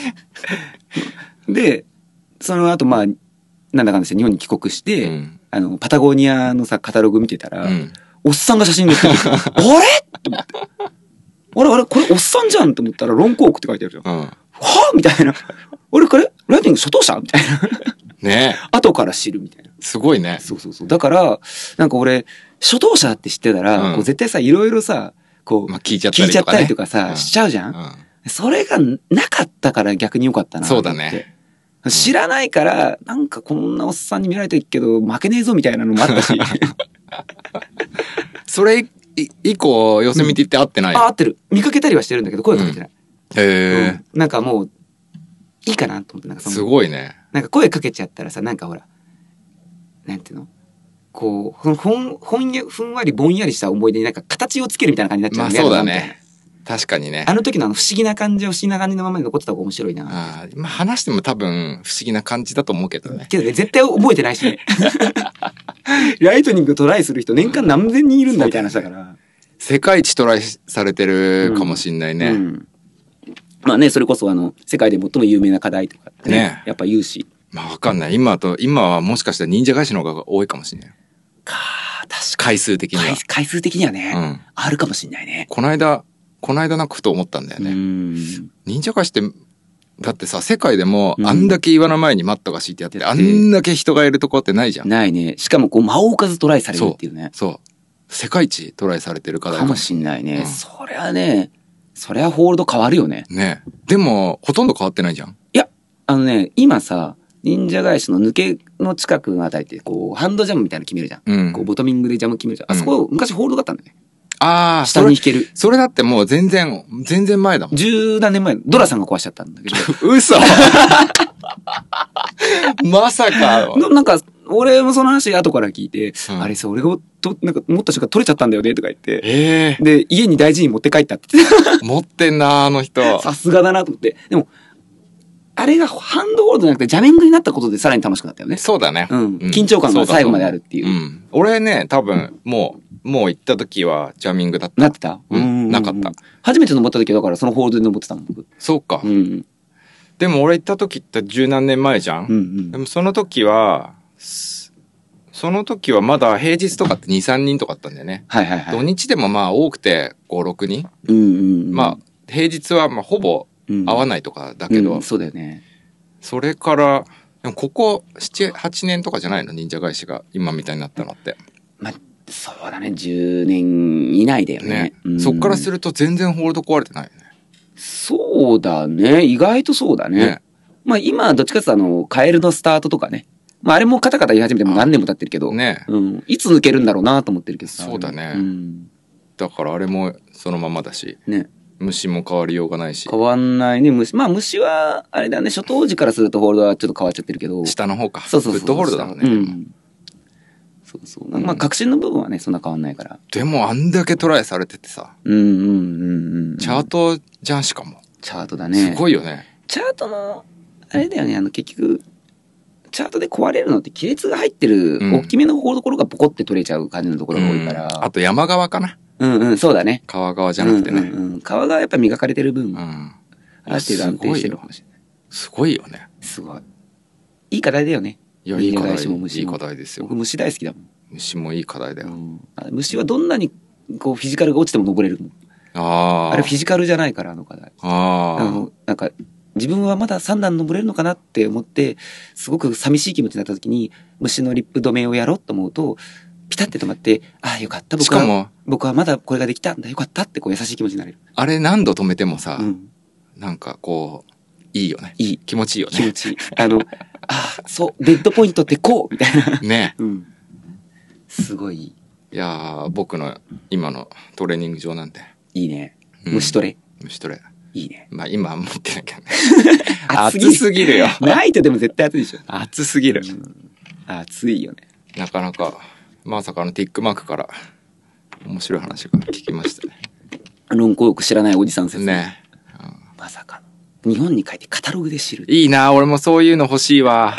で。その後、まあ、なんだかんだして日本に帰国して、うん、あの、パタゴニアのさ、カタログ見てたら、うん、おっさんが写真載ってる。あれって思って。あれあれこれおっさんじゃんと思ったら、ロンコークって書いてあるじゃん。うん、はぁみたいな。俺、これライティング初等者みたいな。 ねえ。 後から知るみたいな。 すごいね。 そうそうそう。だから、なんか俺、初等者って知ってたら、うん、こう絶対さ、いろいろさ、こう、 まあ、聞いちゃったりとか、ね、 聞いちゃったりとかさ、うん、しちゃうじゃん、うん、それがなかったから逆に良かったな。 そうだね。 知らないから、なんかこんなおっさんに見られてるけど、負けねえぞみたいなのもあったし。 それ以降、ヨセミテって会ってない、うん、 あ、会ってる。見かけたりはしてるんだけど、声かけてない。 うん、へえ、 うん。なんかもう、いいかなと思って、なんかその。 すごいね。 なんか声かけちゃったらさ、なんかほら、なんていうのこう、ほん、ほんや、ふんわりぼんやりした思い出になんか形をつけるみたいな感じになっちゃうんだよね。 まあそうだね。確かにね。 あの時のあの不思議な感じは不思議な感じのままに残ってた方が面白いな。 ああ、まあ話しても多分不思議な感じだと思うけどね。 けどね、絶対覚えてないしね。ライトニングトライする人年間何千人いるんだみたいな話だから。 世界一トライされてるかもしんないね。うんうん、 まあね、それこそあの、世界で最も有名な課題とかってね、ねやっぱ言うし。 まあわかんない。今と、今はもしかしたら忍者返しの方が多いかもしんない。 かー、確かに。 回数的には。 回, 回数的にはね、うん、あるかもしんないね。 この間、この間なんかふと思ったんだよね。忍者貸しって、だってさ、世界でもあんだけ岩の前にマットが敷いてあって、うん、あんだけ人がいるとこってないじゃん。 ないね。しかもこう、間を置かずトライされるっていうね。 そう。そう世界一トライされてる課題かもしんないね。うん、そりゃね、そりゃホールド変わるよね。 ね。でも、ほとんど変わってないじゃん。 いや、あのね、今さ、 忍者返しの抜けの近くのあたりって、こう、ハンドジャムみたいなの決めるじゃん。 うんこう、ボトミングでジャム決めるじゃん。あそこ、昔ホールドだったんだよね。 ああ、 下に引ける。 それだってもう全然、全然前だもん。 十何年前、ドラさんが壊しちゃったんだけど。 嘘まさか。 のなんか、俺もその話後から聞いて、 うんあれさ、俺がと、なんか、持った瞬間取れちゃったんだよね、とか言って。 ええで、家に大事に持って帰ったって言って持ってんな、あの人。 た。さすがだなと思って。でも、あれがハンドホールドじゃなくてジャミングになったことでさらに楽しくなったよね。 そうだね。 うん緊張感が最後まであるっていうそだと思うん。俺ね、多分、もう、もう行った時はジャミングだった。 なってたうんなかった。 初めて登った時はだからそのホールドで登ってたもん、僕。 そうか。 うん。 でも俺行った時って十何年前じゃん。 うんうんでもその時は、すその時はまだ平日とかってに、さんにんとかあったんだよね。 はいはいはい。 土日でもまあ多くてご、ろくにん。 うんうんうん。 まあ、平日はまあほぼうん、 会わないとかだけど、 うんそうだよね。 それから、でもここなな、はちねんとかじゃないの忍者返しが今みたいになったのって。 まあ、そうだね。じゅうねん以内だよね。 ね。 うんそっからすると全然ホールド壊れてないよね。 そうだね。意外とそうだね。 ねまあ今、どっちかっていうとあの、カエルのスタートとかね。まああれもカタカタ言い始めても何年も経ってるけど。 ねうん。いつ抜けるんだろうなと思ってるけどさそうだねうん。 だからあれもそのままだし、 ね。 虫も変わりようがないし、 変わんないね。虫。まあ虫は、あれだね。初等時からするとホールドはちょっと変わっちゃってるけど。 下の方か。 そうそうそう。 フットホールドだもんね。でもうん。そうそう。まあ革新の部分はね、そんな変わんないから。 でもあんだけトライされててさ、 うんうんうんうん。 チャートじゃんしかも。 チャートだね。 すごいよね。 チャートの、あれだよね、あの結局、チャートで壊れるのって亀裂が入ってるうん大きめのところがポコって取れちゃう感じのところが多いから。 うんあと山側かな。 うんうん、そうだね。 川側じゃなくてね。 うんうんうん、皮がやっぱ磨かれてる分、 うん。 ある程度安定してるかもしれない。 すごいよね。 すごい。いい課題だよね。 いや、いい課題。 人間返しも虫もいい課題ですよ僕。虫大好きだもん。 虫もいい課題だよ。 うんあ虫はどんなにこうフィジカルが落ちても登れるもん。 ああ。 あれフィジカルじゃないから、あの課題。ああの、なんか、自分はまださん段登れるのかなって思って、すごく寂しい気持ちになった時に、虫のリップ止めをやろうと思うと、ピタって止まって、ああ、よかった。僕は、 しかも僕はまだこれができたんだ。よかったってこう優しい気持ちになれる。 あ。あれ何度止めてもさ、 うん。 なんかこう、いいよね。 いい。 気持ちいいよね。 気持ちいい。あの、ああ、そう、デッドポイントってこうみたいな。 ね。 うん。すごいいい。 いやー、僕の今のトレーニング場なんで。 いいね。 うん虫トレ。 虫トレ。 いいね。 まあ今は持ってなきゃね。 暑暑すぎるよ。 ないとでも絶対暑いでしょ。 暑すぎる。 暑いよね。 なかなか、まさかのティックマークから面白い話が聞きましたね。 論考よく知らないおじさん説。 ね。 まさかの。日本に書いてカタログで知る。 いいな、俺もそういうの欲しいわ。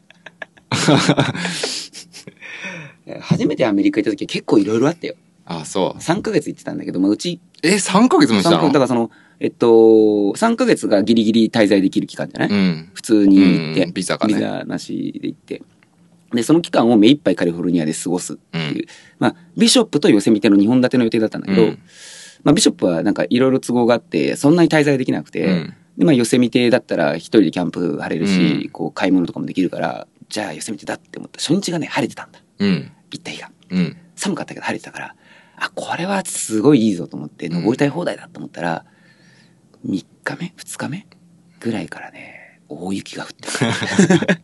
初めてアメリカ行った時は結構いろいろあったよ。 あ、そう。 さんかげつ行ってたんだけど、まあうち、 え、さんかげつもしたさんかのだからその、えっと、さんかげつがギリギリ滞在できる期間じゃない、 うん。 普通に行って、 うんビザがねビザなしで行って。で、その期間を目いっぱいカリフォルニアで過ごすっていう。 うんまあ、ビショップとヨセミテのにほん立ての予定だったんだけど、 うんまあ、ビショップはなんかいろいろ都合があって、そんなに滞在できなくて、 うんで、まあ、ヨセミテだったら一人でキャンプ張れるし、 うんこう、買い物とかもできるから、じゃあヨセミテだって思った。初日がね、晴れてたんだ。 うん。 行った日が。 うん。 寒かったけど晴れてたから、あ、これはすごいいいぞと思って、登りたい放題だと思ったら、みっかめ ?ふつ 日目ぐらいからね、大雪が降ってる。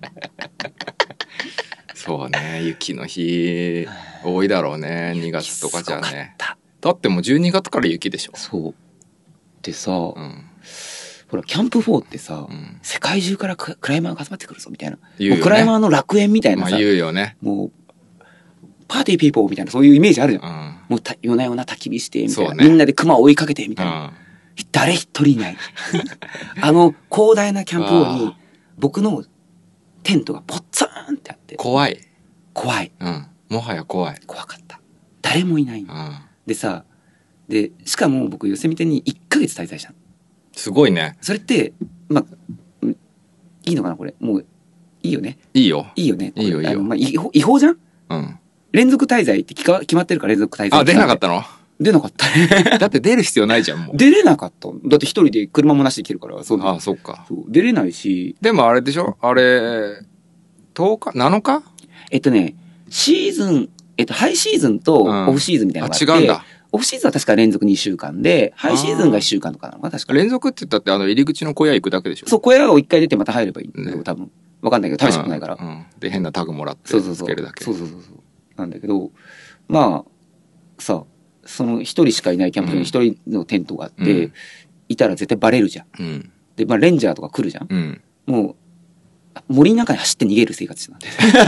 そうね、雪の日、多いだろうね、にがつとかじゃすごかっね。 た。 だってもうじゅうにがつから雪でしょ。 そう。でさ、 うん。 ほら、キャンプフォーってさ、 うん世界中からククライマーが集まってくるぞみたいな。 言うよねもうクライマーの楽園みたいなまあさ、 言うよね。 もう、パーティーピーポーみたいなそういうイメージあるじゃ。 うんん。 もうた夜な夜な焚き火して、みたいな。 そうねみんなで熊を追いかけて、みうたいな。 ん。 誰一人いない。あの広大なキャンプフォーあに、僕のテントがポッツーンってあって、 怖い。 怖い。 うん。もはや怖い。 怖かった。誰もいないの。 うん。 でさ、で、しかも僕、ヨセミテにいっかげつ滞在したの。 すごいね。 それって、まあ、うんいいのかなこれ。もう、いいよね。 いいよ。 いいよね。これいいよいいよあのまあ、違法違法じゃんうん。 連続滞在って決か決まってるから連続滞在。 あ、出なかったの出なかったね。 だって出る必要ないじゃん、もう。 出れなかった。だって一人で車もなしで行けるから、そうあ、そっか。 そう出れないし、 でもあれでしょあれ、とおか ?なのかえっとね、シーズン、えっと、ハイシーズンとうんオフシーズンみたいなのがあって、 あ違うんだオフシーズンは確か連続にしゅうかんで、ハイシーズンがいっしゅうかんとかなのかな確か。 連続って言ったってあの入り口の小屋行くだけでしょそう、小屋をいっかい出てまた入ればいいんだよ、 ね多分。 わかんないけど、試したことないから。 うんうん、で、変なタグもらってそうそうそう。 つけるだけ。 そうそうそうそう。なんだけど、まあ、さ、その一人しかいないキャンプ場に一人のテントがあって、うん、いたら絶対バレるじゃん。うん、で、まあ、レンジャーとか来るじゃん。うん、もう、森の中に走って逃げる生活なんで。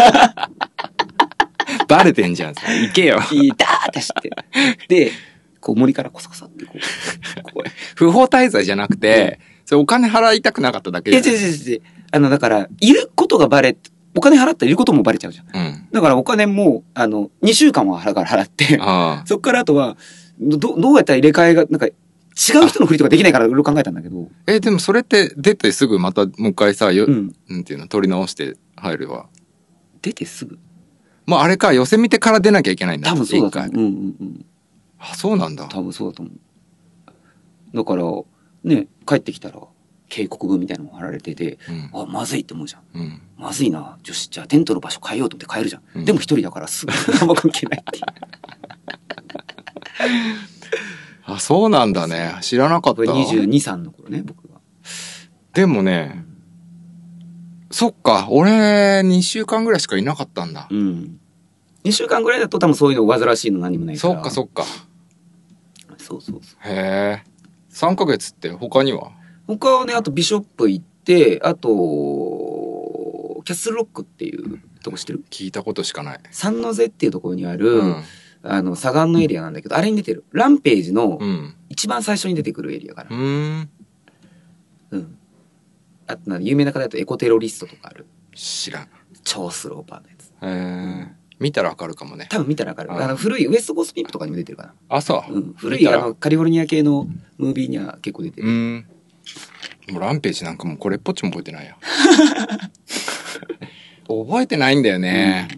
バレてんじゃん。行けよ。 いたーって走って。で、こう森からコソコソってこう。 こう不法滞在じゃなくて、うん、それお金払いたくなかっただけじゃん。いや、違う違う違う。あの、だから、いることがバレ、お金払ったらいることもバレちゃうじゃん。うん、だからお金も、あの、にしゅうかんは払うから払って、そっからあとは、ど、どうやったら入れ替えが、なんか、違う人のふりとかできないからいろいろ考えたんだけど。 え、でもそれって出てすぐまたもう一回さ、よ、うん、なんていうの、取り直して入るわ。 出てすぐもうあれか、寄せ見てから出なきゃいけないんだ。 多分そうだと思う。うんうんうん。 あ、そうなんだ。 多分そうだと思う。だから、ね、帰ってきたら、警告文みたいなのが貼られてて、うん、あ、まずいって思うじゃん。うん、まずいな。よし、じゃあテントの場所変えようと思って変えるじゃん。うん、でも一人だからすぐ何も関係ないっていう。 あ、そうなんだね。知らなかった。 にじゅうに、さんの頃ね、僕は。 でもね、うん、そっか、俺にしゅうかんぐらいしかいなかったんだ。 うん。にしゅうかんぐらいだと多分そういうの煩わしいの何もないから。 そっかそっか。 そうそうそう。 へえ。さんかげつって他には？ 他はね、あとビショップ行って、あと、キャッスルロックっていうとこ知ってる？ 聞いたことしかない。 三の瀬っていうところにある、うん、あの、左岸のエリアなんだけど、あれに出てる。ランページの一番最初に出てくるエリアかな。うん。うん。あと、有名な方だとエコテロリストとかある。 知らん。 超スローパーのやつ。 へえ。見たらわかるかもね。 多分見たらわかる。あの、古いウエストコーストピンプとかにも出てるかな。 あ、そう。 うん。古いあの、カリフォルニア系のムービーには結構出てる。うん。 もうランページなんかもうこれっぽっちも覚えてないよ。覚えてないんだよね、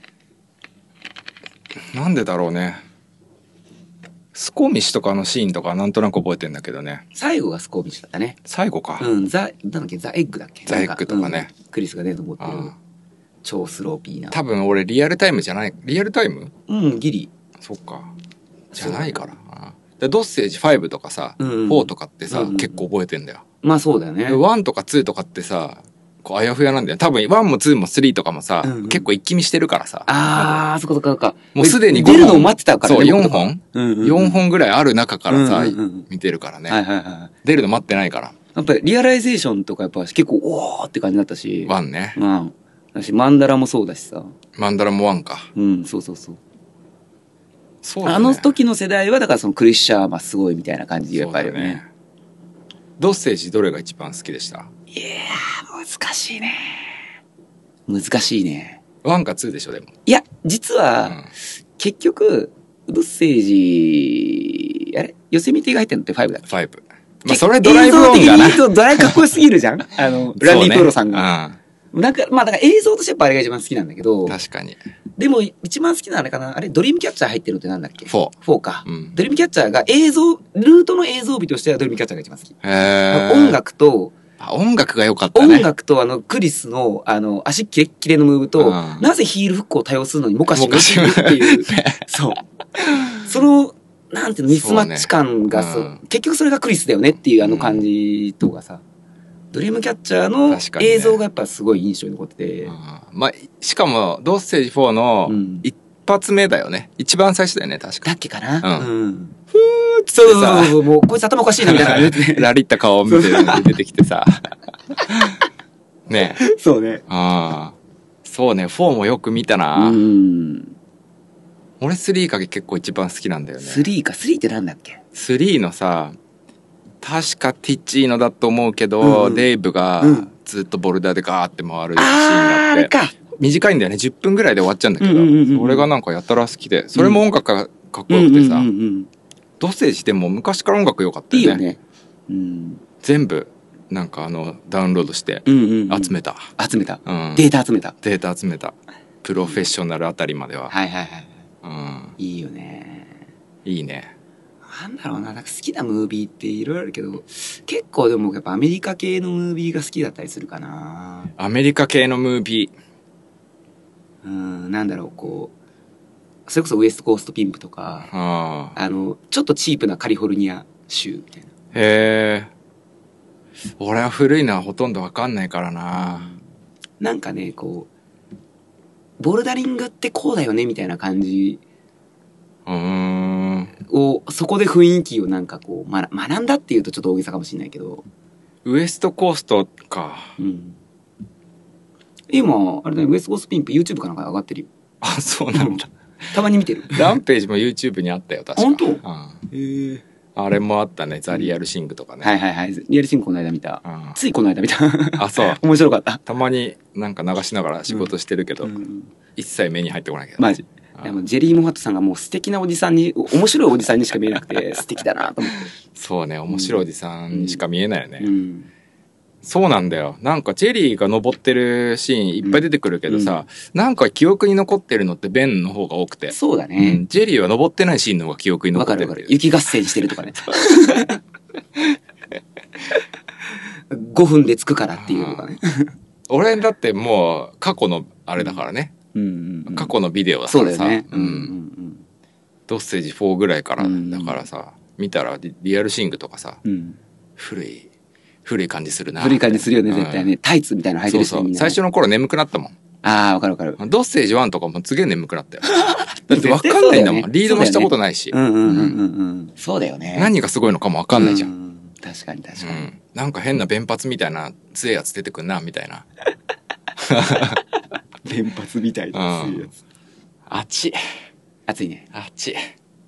うん。なんでだろうね。スコーミッシュとかのシーンとかなんとなく覚えてんだけどね。 最後がスコーミッシュだったね。 最後か。 うん。ザ、なんだっけ、ザ・エッグだっけ。 ザ・エッグとかね。 うん、クリスがね、登ってる。超スローピーな。 多分俺リアルタイムじゃない。リアルタイム？ うん、ギリ。 そっか。じゃないから。でドッセージファイブとかさ、うんうん、フォーとかってさ、うんうん、結構覚えてんだよ。 まあそうだよね。 ワンとかツーとかってさ、こうあやふやなんだよ。多分ワンもツーもスリーとかもさ、うんうん、結構一気見してるからさ。 ああ、そっかそっかそっか。 もうすでにごほん出るのを待ってたからね。そう、よんほん、うんうん、よんほんぐらいある中からさ、うんうんうん、見てるからね、はいはいはい。出るの待ってないから。 やっぱりリアライゼーションとかやっぱ結構おーって感じだったし。 ワンね。 うん。だし、マンダラもそうだしさ。 マンダラもワンか。 うん、そうそうそう。 そうだね、 あの時の世代はだからそのクリスチャーマすごいみたいな感じでやっぱりね。ねドッセージどれが一番好きでした？ いやー、難しいね。難しいね。 ワンかツーでしょ、でも。 いや、実は、うん、結局、ドッセージ、あれヨセミティが入ってるのってファイブだっけ？ ファイブ。まあ、それドライブオンがな。映像的に言うとドライかっこよすぎるじゃんあの、ランディ・プロさんが。なんか、まあだから映像としてやっぱあれが一番好きなんだけど。 確かに。 でも一番好きなあれかなあれドリームキャッチャー入ってるのってなんだっけ？ フォー。 フォーか。うん、ドリームキャッチャーが映像、ルートの映像美としてはドリームキャッチャーが一番好き。 へー。 音楽と、 あ、音楽が良かったね。 音楽とあのクリスのあの足キレッキレのムーブと、うん、なぜヒールフックを多用するのにモカシムシムっていう。そう。その、なんていうの、ミスマッチ感がそう、ねうん、結局それがクリスだよねっていうあの感じとかさ。うんドリームキャッチャーの映像がやっぱすごい印象に残ってて、ねまあ、しかもドッセージフォーの一発目だよね、うん、一番最初だよね確かだっけかな、うんうん、 ふーってさそうそうそうもうこいつ頭おかしいなみたいな感じでラリった顔を見て出てきてさねえそうねああそうねフォーもよく見たな、うん、俺スリーか結構一番好きなんだよねスリーかスリーってなんだっけスリーのさ確かティッチーノだと思うけど、うんうん、デイブがずっとボルダーでガーって回るシーンがあって、あ短いんだよねじゅっぷんぐらいで終わっちゃうんだけど、うんうんうんうん、それがなんかやたら好きでそれも音楽がかっこよくてさ、うんうんうんうん、ドセージでも昔から音楽良かったよね。 いいよね、うん、 全部なんかあのダウンロードして集めた、うんうん、集めた、うん、データ集めたデータ集めたプロフェッショナルあたりまでははいはいはい、 うん、 いいよねいいねなんだろうな、なんか好きなムービーっていろいろあるけど、結構でもやっぱアメリカ系のムービーが好きだったりするかな。 アメリカ系のムービー。 うん、なんだろう、こう、それこそウエストコーストピンプとか、あ, あの、ちょっとチープなカリフォルニア州みたいな。 へー。俺は古いのはほとんどわかんないからな。 なんかね、こう、ボルダリングってこうだよねみたいな感じうーん。 を、そこで雰囲気をなんかこう、ま、学んだっていうとちょっと大げさかもしれないけど。 ウエストコーストか。 うん。今、あれだね、ウエストコーストピンプ YouTube かなんかで上がってるよ。 あ、そうなんだ。 たまに見てる。 ランページも YouTube にあったよ、確か。 本当？ うん。 へえ。 あれもあったね、ザリアルシングとかね。 はいはいはい。リアルシングこの間見た。 うんついこの間見た。 あ、そう。 面白かった。 たまになんか流しながら仕事してるけど、 うん一切目に入ってこないけど。 マジ。 あでもジェリー・モハットさんがもう素敵なおじさんに、面白いおじさんにしか見えなくて、素敵だなと思って。 そうね、面白いおじさんにしか見えないよね。 うん。 そうなんだよ。なんかチェリーが登ってるシーンいっぱい出てくるけどさ、なんか記憶に残ってるのってベンの方が多くて。 そうだうねん。ジェリーは登ってないシーンの方が記憶にわ残ってるっていう。 かるわかる。雪合戦してるとかね。ごふんで着くからっていうとかね。 俺だってもう過去のあれだからね。 うんうんうん。 過去のビデオだからさ。 そうだよね。 ううんうんんドッセージフォーぐらいから、 うんだからさ、見たらリリアルシングとかさ、 うん。うん。 古い、古い感じするな。 古い感じするよね、 うん絶対ね。タイツみたいなの履いてそうそう。 る人みんなね。 最初の頃眠くなったもん。 ああ、わかるわかる。 ドッセージワンとかもすげえ眠くなったよ。だってわかんないんだもん。リードもしたことないし。 うんうんうんうんうん。そうだよね。 何がすごいのかもわかんないじゃん。 ん。確かに確かに。 うん。なんか変な弁髪みたいな強いやつ出てくんな、みたいな。 連発みたいなうん強いやつ。 あっち。 熱いね。 あっち。い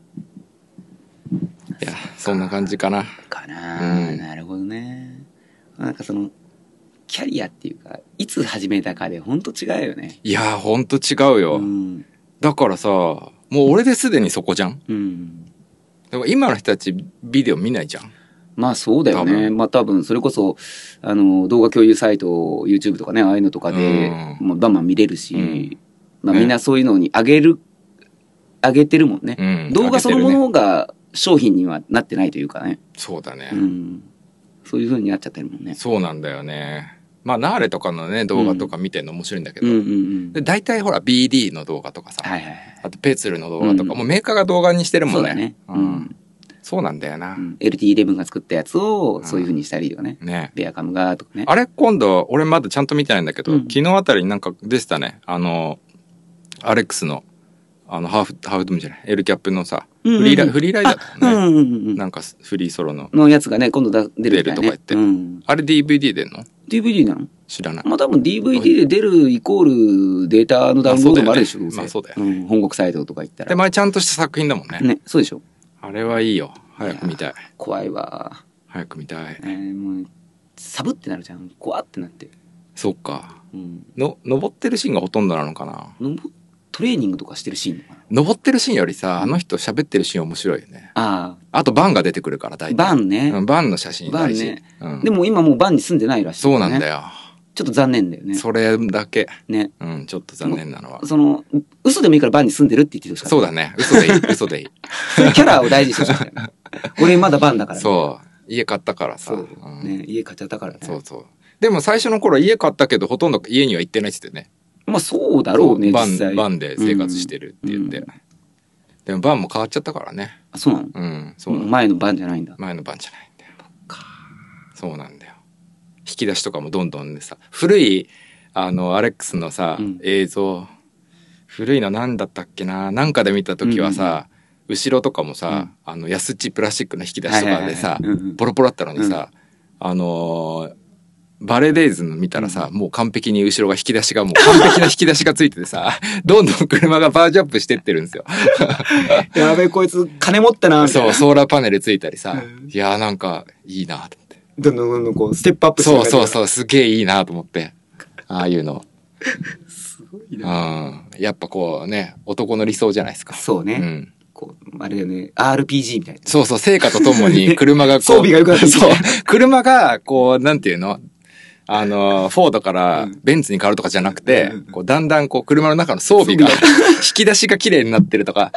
や、そんな感じかな。 かな、 うんなるほどね。なんかその、キャリアっていうか、いつ始めたかでほんと違うよね。 いや、ほんと違うよ。 うん。 だからさ、もう俺ですでにそこじゃん。 うん。 でも今の人たちビデオ見ないじゃん。 まあそうだよね。 多分まあ多分それこそ、あの、動画共有サイト、YouTube とかね、ああいうのとかで、 うんもうバンバン見れるし、 うんまあみんなそういうのに上げる、上げてるもんね。 うん動画そのも上げてるねのが商品にはなってないというかね。 そうだね。 うん。そういう風になっちゃってるもんね。 そうなんだよね。まあ、ナーレとかのね、動画とか見てるの面白いんだけど、 うんうんうん。 で大体ほら ビーディー の動画とかさ、 はいはいはい。 あとペツルの動画とか、 うんもうメーカーが動画にしてるもんね。 そうだね。 ううんん。 そうなんだよな。 うん エルティーイレブン が作ったやつをそういう風にしたりとかね。 ね。 ベアカムがとかね。 あれ今度、俺まだちゃんと見てないんだけど、 うん昨日あたりになんか出てたね。あの、アレックスの、あの、ハーフ、ハーフドゥムじゃない、エルキャップのさ、 うんうんフリーライ、フリーライダーだうんよね。 うんうんうん。 なんかフリーソロの。 のやつがね、今度だ出るみたいね。 出るとか言ってうん。 あれ ディーブイディー 出んのディーブイディー なの知らない。 まあ多分 ディーブイディー で出るイコールデータのダウンロードもあるでしょ。 まあそうだよねどうせうん。本国サイトとか行ったで、 ら。 前ちゃんとした作品だもんね。 ね、そうでしょ。 あれはいいよ。早く見たい。 怖いわ。 早く見たい。 えー、もう、サブってなるじゃん。怖ってなって。 そっか。 うん。 の、登ってるシーンがほとんどなのかな。 のトレーニングとかしてるシーンのかな。 登ってるシーンよりさ、あの人喋ってるシーン面白いよね。 ああとバンが出てくるから、大あ、 体。 バンね。 うん、バンの写真大事。 バンねうん、 でも今もうバンに住んでないらしい、 そうなんだよ。 よ。 ちょっと残念だよね。 それだけ。 ね。 うん、ちょっと残念なのは。 その、嘘でもいいからバンに住んでるって言ってほしかった。 そうだね。嘘でいい。嘘でいい。 そういうキャラを大事にしてほしかったよね。俺まだバンだから、ね。 そう。家買ったからさ。 そう。 うんね、家買っちゃったからね。 そうそう。でも最初の頃家買ったけどほとんど家には行ってないっつってね。 まあそうだろうね、 バ実際。 ン、バンで生活してるって言って。 うんでもバンも変わっちゃったからね。 あ、そうなのうん、そうなの。 前のバンじゃないんだ。 前のバンじゃないんだよ。そうなんだよ。引き出しとかもどんどんでさ、古い、あの、アレックスのさ、 うん映像、古いの何だったっけな、なんかで見た時はさ、後ろとかもさ、あの、安っちプラスチックの引き出しとかでさはいはいはいうんうん、 ボロボロだったのにさ、あのーバレーデイズの見たらさ、もう完璧に後ろが引き出しがもう完璧な引き出しがついててさ、どんどん車がバージョンアップしてってるんですよ。 やべえ、こいつ金持ったな、みたいそう、 な。 ソーラーパネルついたりさ、いやーなんかいいなと思って。 どんどんどんどんこう、ステップアップそうそうう。 そう、すげえいいなと思って。ああいうの。 すごいな。 うん。やっぱこうね、男の理想じゃないですか。 そうね。 うん。 こう、あれだよね、アールピージー みたいな。 そうそう、成果とともに車がこう。 装備が良くなってきてそう。車が、こう、なんていうのあの、フォードからベンツに変わるとかじゃなくて、 うんこう、だんだんこう、車の中の装備が、 装引き出しが綺麗になってるとか、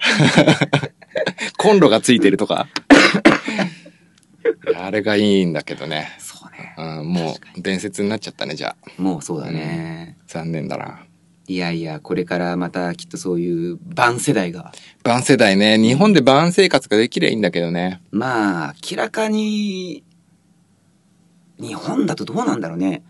コンロがついてるとか。あれがいいんだけどね。 そうね。 うん、もう、伝説になっちゃったね、じゃあ。 もうそうだね。 残念だな。 いやいや、これからまたきっとそういうバン世代が。 バン世代ね、日本でバン生活ができりゃいいんだけどね。 まあ、明らかに、日本だとどうなんだろうね。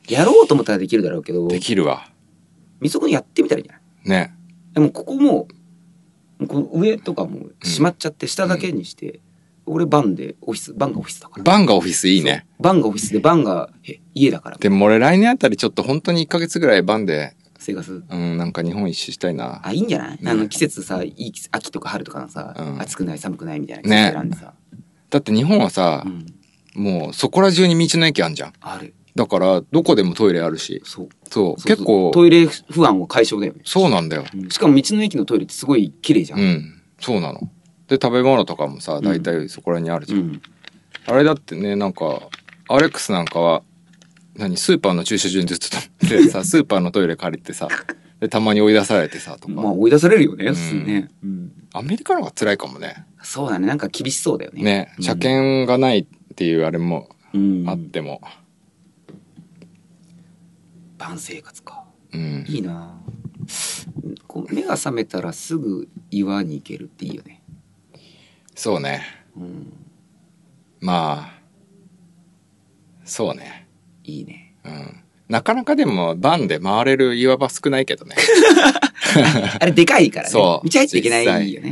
やろうと思ったらできるだろうけど、 できるわ。 みそくんやってみたらいいんじゃない？ ね。 でもここも、この上とかも閉まっちゃって下だけにして、うん、俺バンでオフィス、バンがオフィスだから。 バンがオフィスいいね。 バンがオフィスでバンが家だから。 でも俺来年あたりちょっと本当にいっかげつぐらいバンで、 生活うん、なんか日本一周したいな。 あ、いいんじゃない、ね、あの季節さ、いい秋とか春とかのさ、うん、暑くない寒くないみたいな季節選んでさ。ね、 だって日本はさ、うん、もうそこら中に道の駅あんじゃん。 ある。 だからどこでもトイレあるし。 そう。 そう。結構。 トイレ不安を解消だよね。 そうなんだよ、 うん。しかも道の駅のトイレってすごい綺麗じゃん。 うん。そうなの。で、食べ物とかもさ、大体そこらにあるじゃん。うん、あれだってね、なんか、アレックスなんかは、何、スーパーの駐車場にずっと止めてさ、スーパーのトイレ借りてさ、で、たまに追い出されてさ、とか。 まあ追い出されるよね、普通ね。うん。 アメリカの方が辛いかもね。 そうだね、なんか厳しそうだよね。 ね、車検がないっていうあれもあっても。 うん、晩生活か。 うん。 いいなこう目が覚めたらすぐ岩に行けるっていいよね。 そうね。 うん。 まあ、そうね。 いいね。 うん。なかなかでもバンで回れる岩場少ないけどね。 あれでかいからね。 そう。 道入っていけないよね。 うん。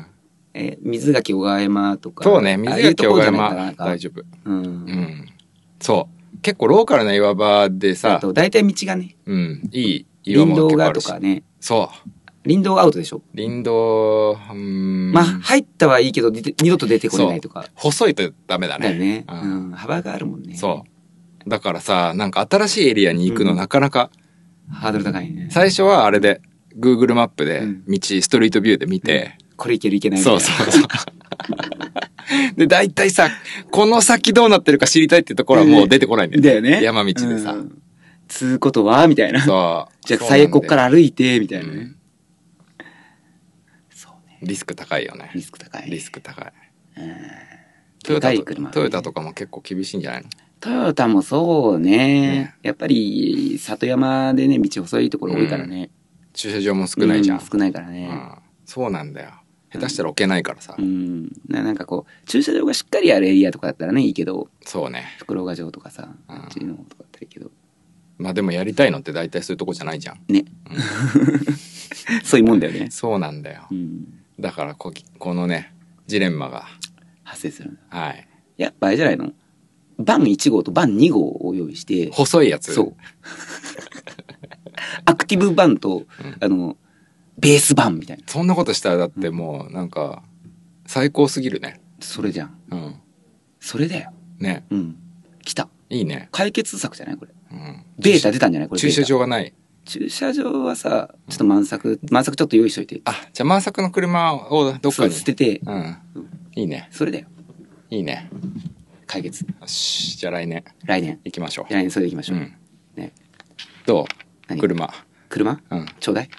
え、水垣小川山とか。 そうね、水垣小川山大丈夫。 うん。うん。そう。結構ローカルな岩場でさ。 だいたい道がね。 うん。いい岩も結構あるし。林道がとかね。そう。 林道アウトでしょ？ 林道、うん。 まあ、入ったはいいけど、二度と出てこれないとか。 細いとダメだね。 だよね。うん。幅があるもんね。 そう。だからさ、なんか新しいエリアに行くのなかなか。 ハードル高いね。 最初はあれで、Google マップで、道、ストリートビューで見て。 これいけるいけないみたいな。そうそうそう。で、大体さ、この先どうなってるか知りたいってところはもう出てこないんだよね。 だよね。 山道でさ。 つうことはみたいな。 そう。 じゃあ最悪こっから歩いて、みたいなね。 そうね。リスク高いよね。 リスク高い。 リスク高い。 トヨタとトヨタとかも結構厳しいんじゃないの？ トヨタもそうね。やっぱり、里山でね、道細いところ多いからね。 駐車場も少ないじゃん。 少ないからね。 そうなんだよ。下手したら置けないからさ。 うん。なんかこう、駐車場がしっかりあるエリアとかだったらね、いいけど。 そうね。 袋ヶ城とかさ、あっちの方とかだったらいいけど。 まあでもやりたいのって大体そういうとこじゃないじゃん。 ね。そういうもんだよね。 そうなんだよ。だからこ、このね、ジレンマが。 発生するんだ。 はい。 やっぱあれじゃないの？バンいち号とバンに号を用意して。 細いやつ？ そう。アクティブバンと、あの、ベースバンみたいな。 そんなことしたらだってもうなんか最高すぎるね。 それじゃん。 うん。 それだよ。 ね。 うん。来た。 いいね。 解決策じゃないこれ。 うん。 ベータ出たんじゃないこれ。 駐車場がない。 駐車場はさ、ちょっと満作、満作ちょっと用意しといて。 あ、じゃあ満作の車をどっかに。 捨てて。 うん。いいね。 それだよ。 いいね。 解決。 よし。じゃあ来年。 来年。 行きましょう。 来年それで行きましょう。うん。ね。 どう？何？車。 車？ うん。 ちょうだい。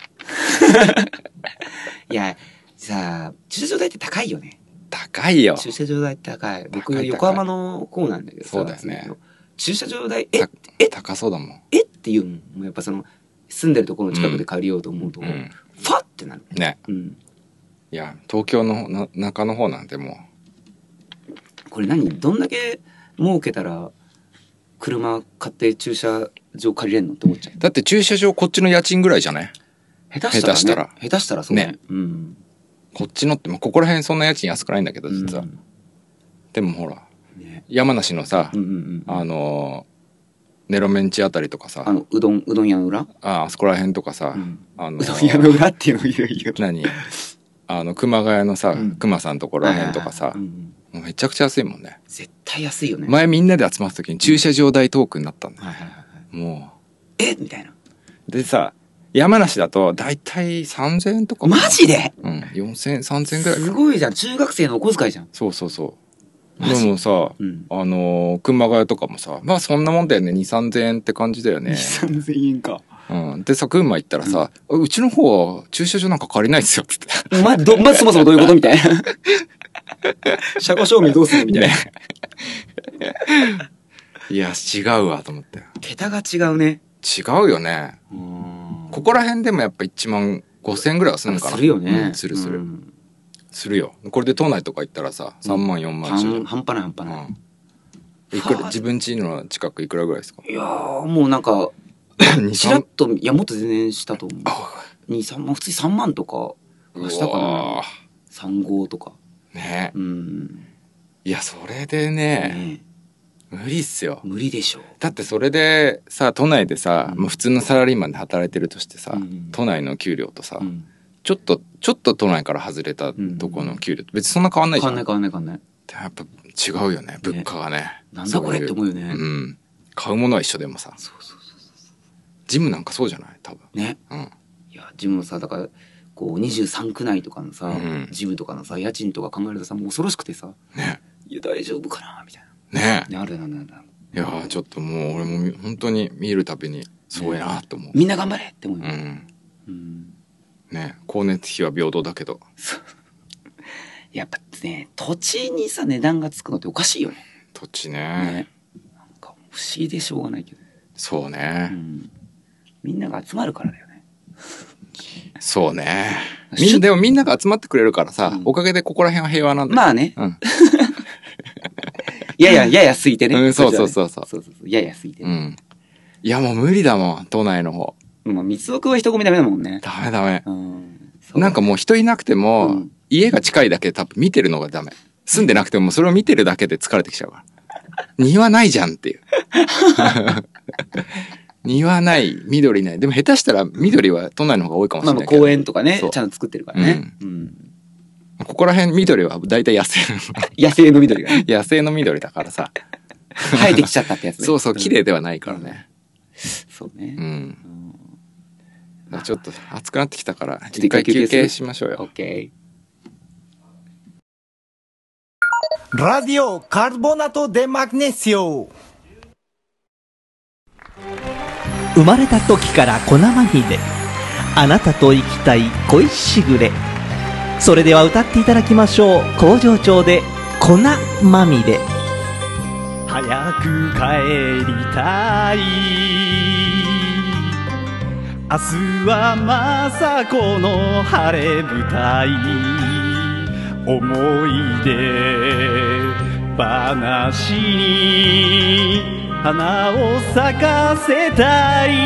いや、さあ、駐車場代って高いよね。 高いよ。 駐車場代って高い。僕、横浜の方なんだけどさ。 そうだよね。 駐車場代、ええ高そうだもん。 えっていうのもやっぱその、住んでるところの近くで借りようと思うと、うん、ファってなる。 ね。 うん。 いや、東京のな中の方なんてもう。これ何どんだけ儲けたら、車買って駐車場借りれんのって思っちゃう。 だって駐車場こっちの家賃ぐらいじゃない？ 下手したら、ね。 下手したら。 下手したらそうね。 ね。 うん。 こっちのって、まあ、ここら辺そんな家賃安くないんだけど、実は。うん、でもほら、ね、山梨のさ、 うんうんうん、 あのー、ネロメンチあたりとかさ。 あの、うどん、うどん屋の裏？ ああ、そこら辺とかさ。 うん、 あのー、うどん屋の裏っていうのいるよ。 何あの、熊谷のさ、うん、熊さんところら辺とかさ、 うん、 もうめちゃくちゃ安いもんね。 絶対安いよね。 前みんなで集まった時に駐車場代トークになったんだよ。 はいはいはい、 もう。 えみたいな。 でさ、山梨だとだいたいさんぜんえんとか。 マジで？ うん。よんせんえん、さんぜんえんぐらい。 すごいじゃん。中学生のお小遣いじゃん。 そうそうそう。でもさ、 うん、 あのー、熊谷とかもさ、まあそんなもんだよね。に、さんぜんえんって感じだよね。 に、さんぜんえんか。 うん。でさ、群馬行ったらさ、うん、うちの方は駐車場なんか借りないっすよ、つって。 ま、ど、ま、そもそもどういうことみたいな。車庫証明どうするみたいな。ね、 いや、違うわ、と思って。 桁が違うね。 違うよね。 うん。 ここら辺でもやっぱいちまんごせんえんぐらいはするのかな。 するよね。 うん、するする、うん。するよ。これで都内とか行ったらさ、さんまんよんまんし半端ない半端ない。うん、 いくら、自分家の近くいくらぐらいですか？ いやー、もうなんか、 に、 ちらっさんと、いや、もっと全然したと思う。に、さんまん、普通にさんまんとか、したかうわな。さんごうとか。 ーね。 うん。 いや、それでね、 ね無理っすよ。 無理でしょ。 だってそれでさ、都内でさ、 うんもう普通のサラリーマンで働いてるとしてさ、 うん都内の給料とさ、 うん。 ちょっと、ちょっと都内から外れたとこの給料って別にそんな変わんないじゃん。 変わんない変わんない変わんない。 でもやっぱ違うよね、物価がね。 なんだこれって思うよね。 うん。買うものは一緒でもさ。 そうそうそジムなんかそうじゃない多分。 う。ね。 うん。 いや、ジムのさ、だから、こう、にじゅうさんく内とかのさ、 うんジムとかのさ、家賃とか考えるとさ、もう恐ろしくてさ、 ね。 いや、大丈夫かなみたいね。 な。ね、あるな、なるな。 いやーちょっともう俺も本当に見るたびにすごいなと思う。 みんな頑張れって思うよ。 うん。 うん。 ね。光熱費は平等だけど。 やっぱね、土地にさ、値段がつくのっておかしいよね。 土地ね。 ね。なんか、不思議でしょうがないけど。 そううね。 ん。みんなが集まるからだよね。 そうね。みんな、でもみんなが集まってくれるからさ、 うんおかげでここら辺は平和なんだよ。 まあね。 うん。 やや、ややすいてね。 うんそうそうそうそうそうそうそう。ややすいてね。 うん。いやもう無理だもん、都内の方。 まあ、三つくは人混みダメだもんね。 ダメダメ。 うん。そうなんかもう人いなくても、 うん家が近いだけで多分見てるのがダメ。住んでなくてもそれを見てるだけで疲れてきちゃうから。庭ないじゃんっていう。庭ない、緑ない。でも下手したら緑は都内の方が多いかもしまあまあれないけど。 公園とかね、 そうちゃんと作ってるからね。うん。 ここら辺緑は大体野生野生の緑がね、 の、野生の緑だからさ。 生えてきちゃったってやつね。 そうそう、綺麗ではないからね。 そうねう。ん。 うんだからちょっと暑くなってきたから、 ちょっと一回休憩一回休憩しましょうよ。 オッケ Radio Carbonato de Magnesio 生まれた時から粉まみれ、あなたと生きたい恋しぐれ。それでは歌っていただきましょう。工場長で粉まみれ。早く帰りたい、明日はまさこの晴れ舞台、思い出話に花を咲かせたい。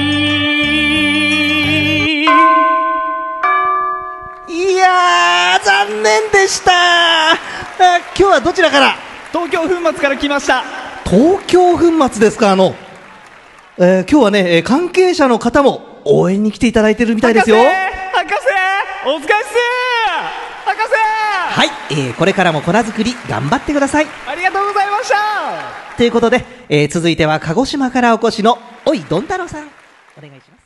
いやー、残念でした。あ、今日はどちらから？ 東京粉末から来ました。 東京粉末ですか。あの、えー今日はね、えー関係者の方も応援に来ていただいてるみたいですよ。 博士博士お疲れっす。博士はい、えーこれからも粉作り頑張ってください。 ありがとうございました。 ということで、えー続いては鹿児島からお越しのおいどん太郎さん、お願いします。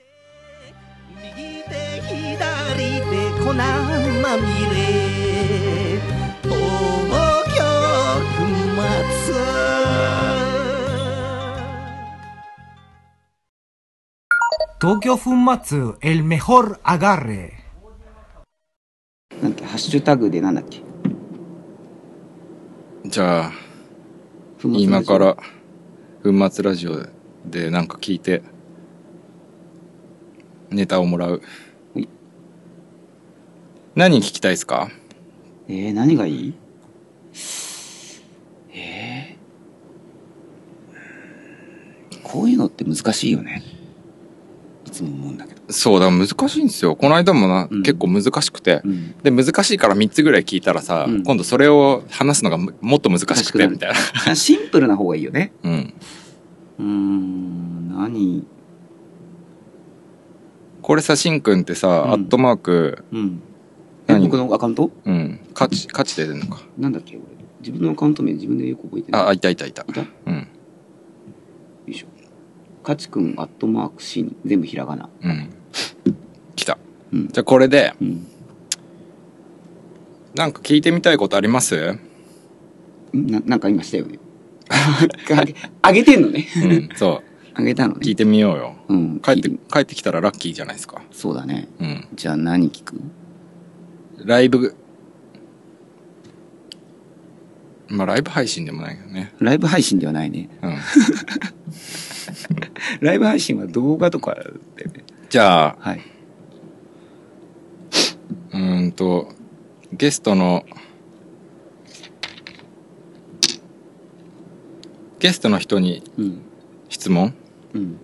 右手左手粉まみれ、東京粉末。 Tokyo Fumatsu El Mejor Agarre ー。なんだっけ、ハッシュタグでなんだっけ。 じゃあ、 粉末ラジオ今から、粉末ラジオでなんか聞いて、ネタをもらうはい。 何聞きたいですか？ えー、何がいい？えー、こういうのって難しいよね。いつも思うんだけど。 そうだ、難しいんですよ。この間もな、 うん結構難しくて。 うん。 で、難しいからみっつぐらい聞いたらさ、 うん今度それを話すのがももっと難しくて、 難しくなるみたいな。 シンプルな方がいいよね。 うん。 うーん、何？ これさ、しんくんってさ、 うんアットマーク、 うん。え、 何僕のアカウント？ うん、価値、価値で出るのか。 なんだっけ俺。自分のアカウント名自分でよく覚えてない。 あ、いたいたいた。 いた？ようん。 いしょ。かちくん、アットマーク、しん、全部ひらがな。 うん。来た。 うん。 じゃあこれで、 うん。 なんか聞いてみたいことあります？ んな、なんか今したよね。あげ、あげてんのね。 うん、そう。 あげたのね。 聞いてみようよ。 うん。 帰って聞い、 帰ってきたらラッキーじゃないですか。 そうだね。 うん。 じゃあ何聞く？ ライブ、まあライブ配信でもないけどね。 ライブ配信ではないね。 うん。 ライブ配信は動画とかだよね。 じゃあ、 はい。 うーんと、ゲストの、 ゲストの人にうん。 質問？ うん。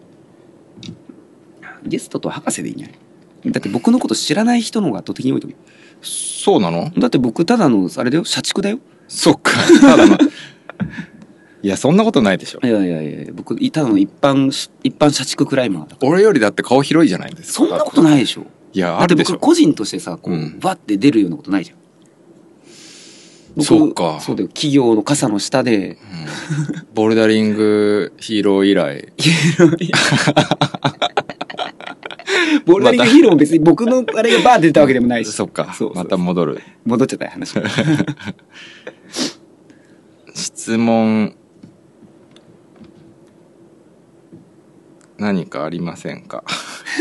ゲストと博士でいいんじゃない？だって僕のこと知らない人の方が圧倒的に多いと思そうなの？ う。だって僕ただの、あれだよ、社畜だよ。 そっか。ただの。いや、そんなことないでしょ。 いやいやいや、僕、ただの一般、一般社畜クライマーだから。 俺よりだって顔広いじゃないですか。 そんなことないでしょ。 いや、 だってあるでしょ。 僕個人としてさ、こう、 うんわって出るようなことないじゃん。僕そうかそうだよ。企業の傘の下で、 ボルダリングヒーロー以来。 ボルダリングヒーローも別に僕のあれがバーって出たわけでもないし。 そっか。 そうそうまた戻る。 戻っちゃったよ話。 質問、何かありませんか？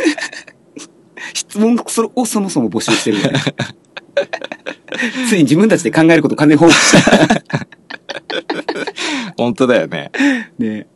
質問をそもそも募集してるよね。ついに自分たちで考えること完全に放棄した。 本当だよね。 ね。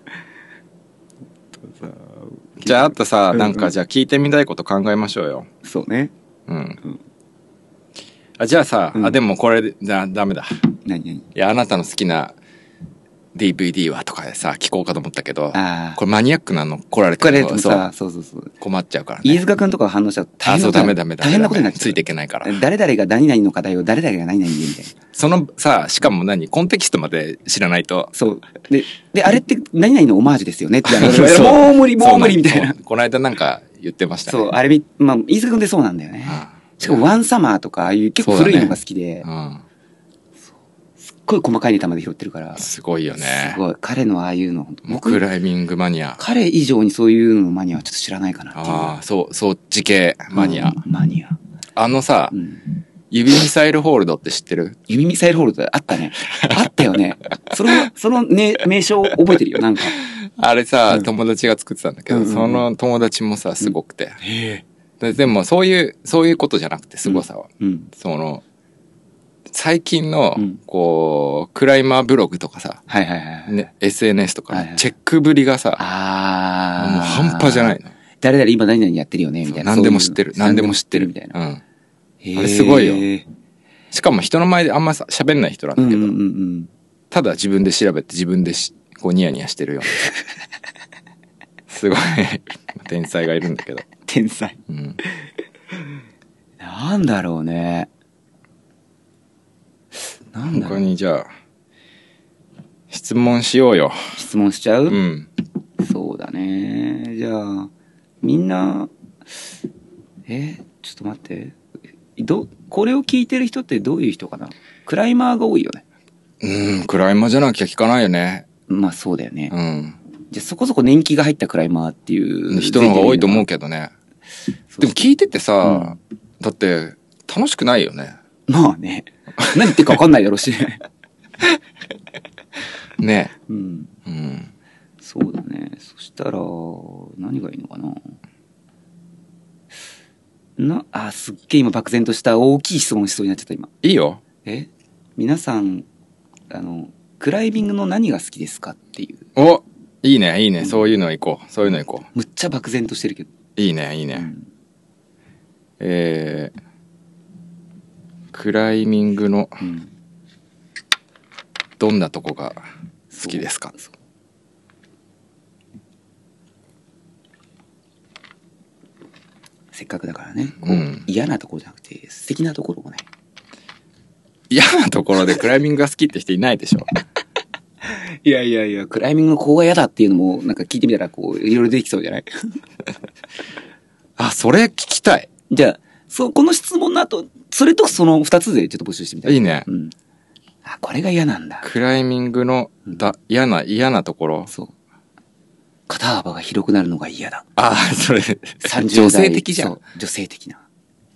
じゃあ、あとさ、 うんうんなんかじゃあ聞いてみたいこと考えましょうよ。 そうね。 うん。あ、じゃあさ、 うんあ、でもこれで、じゃあダメだ。 何何いや、あなたの好きな ディーブイディー はとかでさ、聞こうかと思ったけど、 ああ。 これマニアックなの来られてこれもさ、そうそうそう。 困っちゃうからね。 飯塚くんとか反応したら大あ、そう、 変なことになダメダメダメ。 大変なことになっちゃう。 ついていけないから。 誰々が何々の課題を誰々が何々でみたいな。 そのさ、しかも何コンテキストまで知らないと。 そう。で、で、あれって何々のオマージュですよねって言われて。 そうもう無理、もう無理みたいな。 そうこの間なんか言ってましたね。 そう、あれみ、まあ、飯塚くんってそうなんだよね。 あしかもワンサマーとか、ああいう結構古いのが好きで、 うん。 すっごい細かいネタまで拾ってるから、すすごいよね。 ごい。彼のああいうの、本当もう僕クライミングマニア。 彼以上にそういうのマニアはちょっと知らないかなっていう。 ああ、そう、そっち系マニア。 うんマニア。 あのさ、 うん。 指ミサイルホールドって知ってる？ 指ミサイルホールドあったね。あったよね。その、そのね、名称覚えてるよ、なんか。 あれさ、 うん友達が作ってたんだけど、 うんうんうんその友達もさ、すごくて。ででも、そういう、そういうことじゃなくて、すごさは。 うん。 その、最近のうん、 こう、クライマーブログとかさ、 はいはいはい。 ね、エスエヌエス とかはいはいのチェックぶりがさ、 あー。 もう半端じゃないの。 誰々今何々やってるよね、みたいな。 何でも知ってる。 そういう何でも知ってる。 みたいな。 うん。 へーあれすごいよしかも人の前であんまさ喋んない人なんだけど、 うんうんうんうん。 ただ自分で調べて自分でしこうニヤニヤしてるような。すごい天才がいるんだけど。 天才。 うん。 なんだろうね。なんだろ他う。 にじゃあ、質問しようよ。 質問しちゃう、 うん。 そうだね。じゃあ、みんな、え、ちょっと待って。ど、これを聞いてる人ってどういう人かな？クライマーが多いよね。 うん、クライマーじゃなきゃ聞かないよね。 まあそうだよね。 うん。 じゃあそこそこ年季が入ったクライマーっていう。 人の方が多いと思うけどね。でも聞いててさ、だって楽しくないよね。 まあね。何言ってるか分かんないだろうしね。 ね。 うん。 うん。 そうだね。そしたら、何がいいのかな。な、あ、すっげえ今漠然とした大きい質問しそうになっちゃった今。 いいよ。 え皆さん、あの、クライミングの何が好きですかっていう。 おいいね、いいね。そういうの行こう。そういうの行こむっちゃ漠然としてるけど。 う。いいね、いいね。 うんえー、クライミングのうん。 どんなとこが好きですか？ そうせっかくだからね、こう、 うん嫌なところじゃなくて、素敵なところをね。 嫌なところでクライミングが好きって人いないでしょ。 いやいやいや、クライミングのここが嫌だっていうのも、なんか聞いてみたら、こう、いろいろ出てきそうじゃないあ、それ聞きたい。 じゃあ、そう、この質問の後、それとその二つでちょっと募集してみたい。 いいねうん。あ、これが嫌なんだ。 クライミングのだ嫌な、嫌なところ。 そう。肩幅が広くなるのが嫌だ。 ああ、それ、 さんじゅう女代性的じゃんそう。女性的な。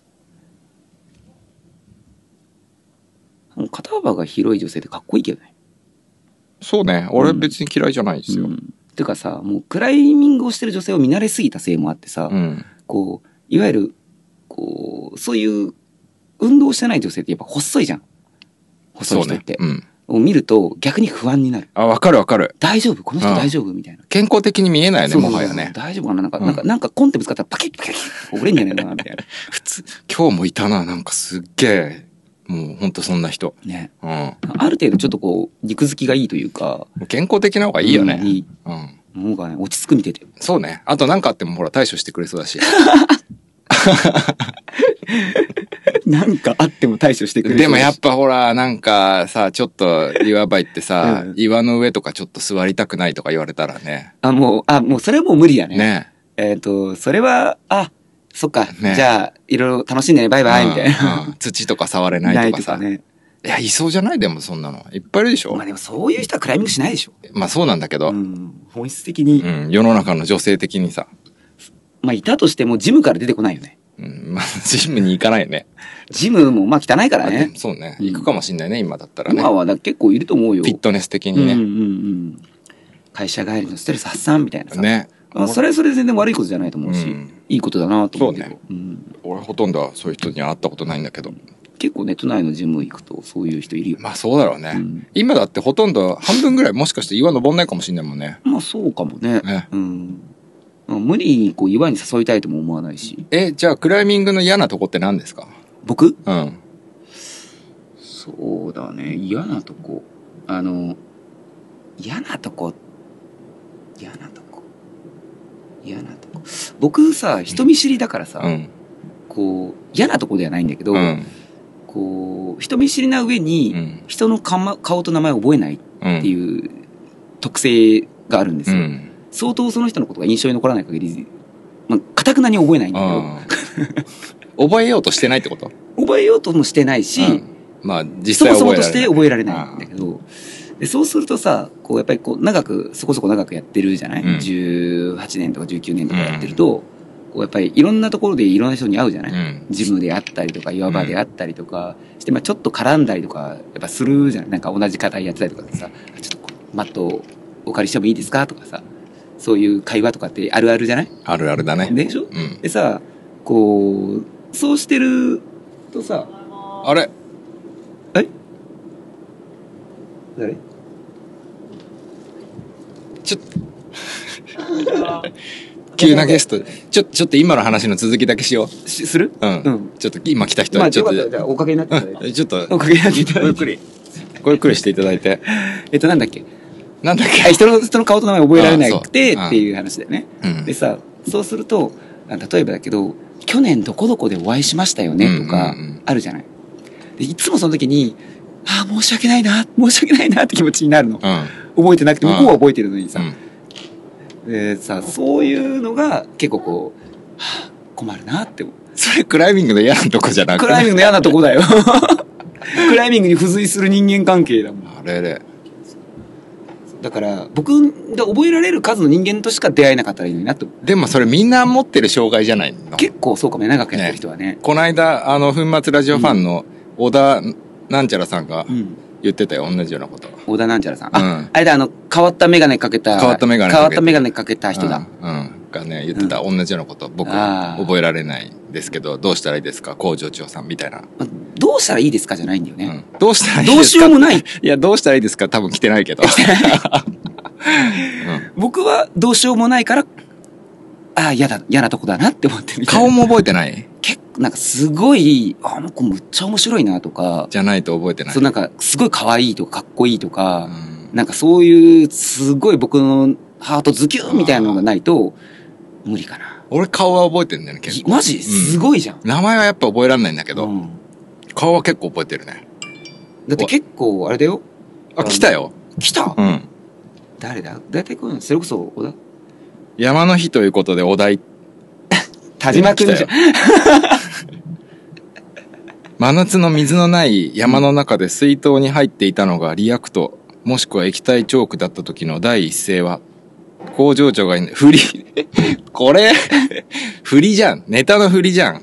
肩幅が広い女性ってかっこいいけどね。 そうね。俺別に嫌いじゃないですよ。 うん。てかさ、もうクライミングをしてる女性を見慣れすぎたせいもあってさ、 うん。 こう、いわゆる、こう、そういう運動してない女性ってやっぱ細いじゃん。細い人って。 そうね。うん。 を見ると逆に不安になる。 あ、わかるわかる。 大丈夫この人うん大丈夫みたいな。 健康的に見えないよね、 そうそうそうもはやね。 大丈夫かななんか、 うんなんか、なんかコンってぶつかったらパキッパキッ折れんじゃねえかなみたいな。 普通、今日もいたな、なんかすっげえ、 もうほんとそんな人。 ね。 うん。 ある程度ちょっとこう、肉付きがいいというか。 健康的な方がいいよね。 うん、いい。 うん。 もうがね、落ち着く見てて。 そうね。あと何かあってもほら対処してくれそうだし。 なんかあっても対処してくれる。 でもやっぱほら、なんかさ、ちょっと岩場行ってさ、 うん、 岩の上とかちょっと座りたくないとか言われたらね。 あ、もう、あ、もうそれはもう無理だね。 ね。 えっと、それは、あ、そっか。 ね、 じゃあ、いろいろ楽しんでね、バイバイ、みたいな、 うんうん。土とか触れないとかさ。 ないとかね。 いや、いそうじゃないでもそんなの。いっぱいいるでしょ。 まあでもそういう人はクライミングしないでしょ。 まあそうなんだけど。 うん、本質的に。 うん、世の中の女性的にさ。 まあいたとしてもジムから出てこないよね。 うん、まあジムに行かないよね。 ジムもまあ汚いからね。 そうね。行くかもしんないね、今だったらね。 今はだ結構いると思うよ。 フィットネス的にね。 うんうんうん。会社帰りのストレス発散みたいなさ。 ね。 あそれはそれで全然悪いことじゃないと思うし、うん、いいことだなと思うけど。 そうね。うん、俺ほとんどはそういう人には会ったことないんだけど。 結構ね、都内のジム行くとそういう人いるよ。 まあそうだろうね。うん、今だってほとんど半分ぐらいもしかして岩登んないかもしんないもんね。 まあそうかもね。ね、うん。無理にこう岩に誘いたいとも思わないし。 え、じゃあクライミングの嫌なとこって何ですか？ 僕？ うん。 そうだね。嫌なとこ。あの、嫌なとこ。嫌なとこ。嫌なとこ。僕さ、人見知りだからさ、うん、こう、嫌なとこではないんだけど、うん、こう、人見知りな上に、人のか、ま、顔と名前を覚えないっていう特性があるんですよ。うん、相当その人のことが印象に残らない限り、まあ、堅くなに覚えないんだけど。 覚えようとしてないってこと？ 覚えようともしてないし、うん、 まあ実際覚えられない。 そもそもとして覚えられないんだけど、でそうするとさ、こうやっぱりこう長く、そこそこ長くやってるじゃない、うん、じゅうはちねんとかじゅうきゅうねんとかやってると、うん、こうやっぱりいろんなところでいろんな人に会うじゃない、うん、ジムであったりとか、岩場であったりとかして、まあちょっと絡んだりとか、やっぱするじゃない、なんか同じ課題やってたりとかさ、ちょっとマットをお借りしてもいいですかとかさ、そういう会話とかってあるあるじゃない？ あるあるだね。 でしょ、うん、でさ、こう、そうしてるとさ、 あれえ誰ちょっと、急なゲスト。ちょ、ちょっと今の話の続きだけしよう。 しする？ うん。うん。ちょっと今来た人はちょっと。 まあ、じゃあおかげになっていただいて。 ちょっと。 おかげになっていただいて。 ごゆっくり。ごゆっくりしていただいて。 えっと、なんだっけなんだっけ人の、人の顔と名前覚えられなくてっていう話だよね。うん、でさ、そうすると、例えばだけど、去年どこどこでお会いしましたよねとか、あるじゃない。でいつもその時に、ああ、申し訳ないな、申し訳ないなって気持ちになるの。うん、覚えてなくて、向こうは覚えてるのにさ。うん、でさ、そういうのが結構こう、はあ、困るなって思う。 それクライミングの嫌なとこじゃなくて、 クライミングの嫌なとこだよ。クライミングに付随する人間関係だもん。 あれれ。 だから、僕が覚えられる数の人間としか出会えなかったらいいのになと。 でもそれみんな持ってる障害じゃないの？ 結構そうかもね、長くやってる人はね。 ね、この間、あの、粉末ラジオファンの小田なんちゃらさんが言ってたよ、同じようなこと。 小田なんちゃらさん。あ、うん、あれだ、あの、変わったメガネかけた。 変わったメガネかけた。変わったメガネかけた人だ。 うん。うん、がね、言ってた、うん、同じようなこと。僕は覚えられないですけど、どうしたらいいですか工場長さんみたいな。 どうしたらいいですかじゃないんだよね。 うん、どうしたらいいですかどうしようもない。 いや、どうしたらいいですか多分来てないけど。 うん、僕はどうしようもないから、ああ、嫌だ、嫌なとこだなって思ってる。 顔も覚えてない？ 結構、なんかすごい、ああ、もうこれむっちゃ面白いなとか。 じゃないと覚えてない。 そう、なんか、すごい可愛いとか、かっこいいとか、うん、なんかそういう、すごい僕のハートズキューみたいなのがないと、無理かな。 俺顔は覚えてるんだよね、結構。 マジすごいじゃん、 うん。名前はやっぱ覚えられないんだけど、うん、顔は結構覚えてるね。 だって結構、あれだよ。 あ、来たよ。 来たうん。 誰だだいたいこういうの、それこそ、小田山の日ということでお題。 田島くんじゃん。 真夏の水のない山の中で水筒に入っていたのがリアクト、もしくは液体チョークだった時の第一声は、工場長がいない。振り。これ、振りじゃん。ネタの振りじゃん。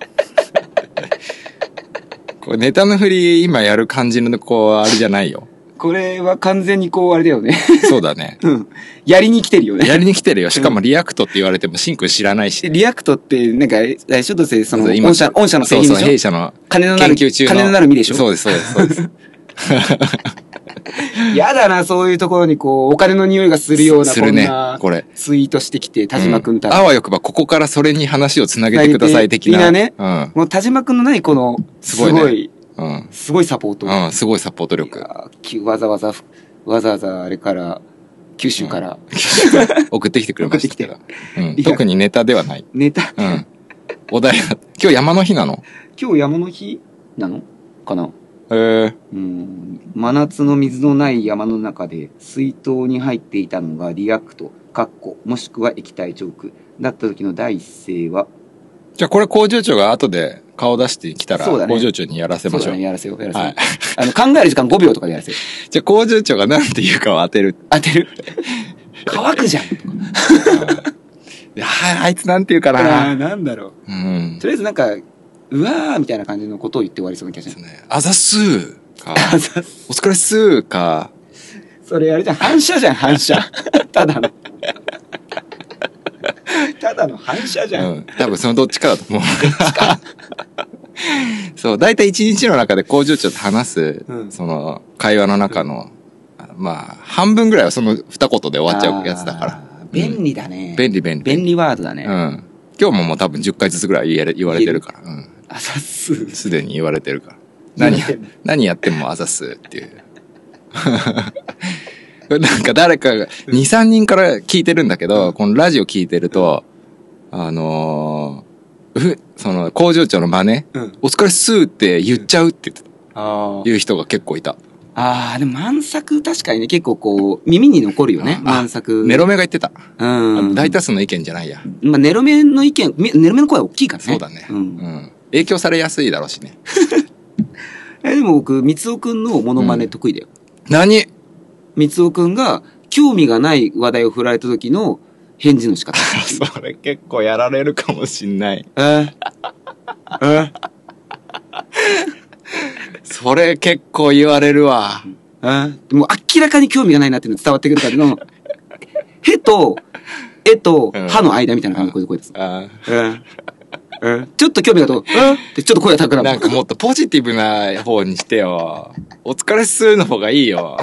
これネタの振り今やる感じのこう、あれじゃないよ。 これは完全にこう、あれだよね。 そうだね。 うん。やりに来てるよね。 やりに来てるよ。しかもリアクトって言われてもシンくん知らないし。 リアクトって、なんか、最初とせ、その、御社、御社の製品でしょ。 そうそう、弊社の金のなる、 研究中の金のなる実でしょ。 そうです、そうです、そうです。 やだな、そういうところにこう、お金の匂いがするような、 するね、 こんなこれ。 ツイートしてきて、田島くんたら。 あわよくば、ここからそれに話をつなげてください的な。 みんなね。 うん。 もう田島くんの何この、すごい、 うん。 すごいサポート。 うん、すごいサポート力。 いやきわざわざ、わざわざあれから、九州から、 うん、送ってきてくれましたけど。うん、特にネタではない。 ネタうん。 お題が、今日山の日なの？ 今日山の日なのかな。 へえ。 うん。真夏の水のない山の中で水筒に入っていたのがリアクト、カッコ、もしくは液体チョークだった時の第一声は、 じゃあこれ工場長が後で顔出してきたら、ね、工場長にやらせましょう。 そうだね、やらせよう、やらせよう。はい、あの、考える時間ごびょうとかでやらせよう。じゃあ工場長が何て言うかを当てる。 当てる乾くじゃん。いやあいつなんて言うかな。 あなんだろう。 うん。 とりあえずなんか、うわーみたいな感じのことを言って終わりそうな気がしますね。 あざっすーか。あざっす。お疲れっすーか。 それあれじゃん、反射じゃん、反射。ただの。ただの反射じゃん。うん。 多分そのどっちかだと思う。そう、だいたい一日の中で工場長と話す、うん、その、会話の中の、うん、まあ、半分ぐらいはその二言で終わっちゃうやつだから。 便利だね、 うん。便利便利。 便利ワードだね。 うん。今日ももう多分じゅっかいずつぐらい言え言われてるから。うん。 あざっす。 すでに言われてるから。何、何やってもあざっすっていう。なんか誰かが、に、さんにんから聞いてるんだけど、このラジオ聞いてると、あのー、ふ、その工場長の真似、うん、お疲れっすーって言っちゃうって言ってた。ああ。言う人が結構いた。 ああ、でも満作確かにね、結構こう、耳に残るよね、満作。 ネロメが言ってた。 うん。 大多数の意見じゃないや。 まあ、ネロメの意見、ネロメの声は大きいからね。 そうだね。うん。うん。影響されやすいだろうしね。 え、でも僕、三尾くんのモノマネ得意だよ。 うん、何？ 三尾くんが興味がない話題を振られた時の返事の仕方。 それ結構やられるかもしんない。 えー、えー、 それ結構言われるわ。 えー、もう明らかに興味がないなっていうの伝わってくるからの、へと、えと、歯の間みたいな感じの声です。ああーちょっと興味がと、ってちょっと声が高くなる。 なんかもっとポジティブな方にしてよ。お疲れっすーの方がいいよ。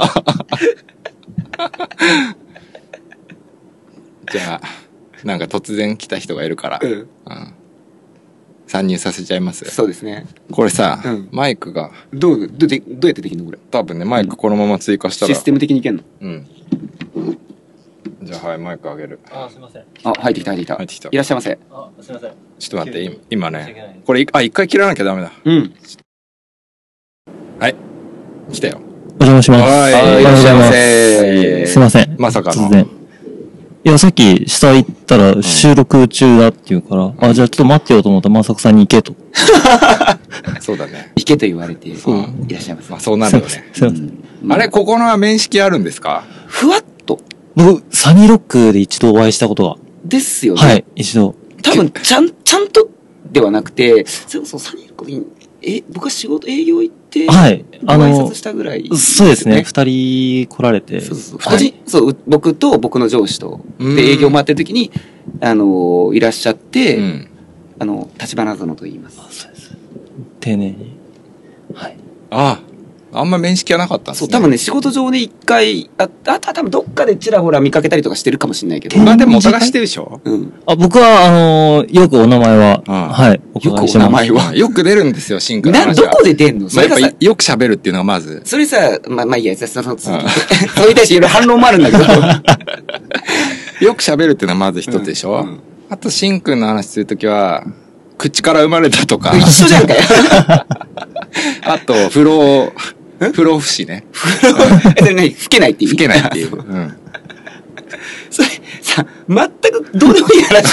じゃあ、なんか突然来た人がいるから、うんうん、参入させちゃいます。 そうですね。 これさ、うん、マイクが。 どう、どうで、どうやってできるのこれ。 多分ね、マイクこのまま追加したら。 システム的にいけんの？ うん。じゃあ、はい、マイク上げる。 あ、すいません。 あ、入ってきた、入ってきた。 入ってきた。 いらっしゃいませ。 あ、すいません。 ちょっと待って、今ね。これ、あ、一回切らなきゃダメだ。 うん。 はい。来たよ。 お邪魔します。 はい、いらっしゃいませ。 すいません。 まさかの。 いや、さっき下行ったら収録中だって言うから、うん、あ、じゃあちょっと待ってよと思ったら、まさくさんに行けと。 そうだね。 行けと言われて、そう。いらっしゃいます。 まあ、そうなるよね。 すいません。 あれ、ここの面識あるんですか？ ふわっと。 僕、サニーロックで一度お会いしたことが。 ですよね。 はい、一度。 多分、ちゃん、ちゃんとではなくて、それこそサニーロックに、え、僕は仕事、営業行って、 はい。 あの、挨拶したぐらい、ね。 そうですね。二人来られて。 そうそう。二、はい、人、そう、僕と僕の上司と、で、営業回ってる時に、あの、いらっしゃって、うん、あの、立花園と言います。 あ、そうです。丁寧に。はい。 ああ。あんま面識はなかったんですね。 そう、多分ね、仕事上で一回、あ、あとは多分どっかでちらほら見かけたりとかしてるかもしれないけど。 まあでもお互いしてるでしょ？ うん。 あ、僕は、あのー、よくお名前は、 うん、 はい。 よくお名前は。 よく出るんですよ、シンクの話は。 な、どこで出んの？ それがやっぱよく喋るっていうのがまず。 それさ、まあ、まあいいや、その、それに対していろいろ反論もあるんだけど。 よく喋るっていうのはまず一つでしょ？うんうん、あと、シンくんの話するときは、口から生まれたとか。 一緒じゃんかよ。 あと、風呂、不老不死ね。 え、それ何？吹けないっていう？ 吹けないっていう。うん。 それ、さ、全くどうでもいい話。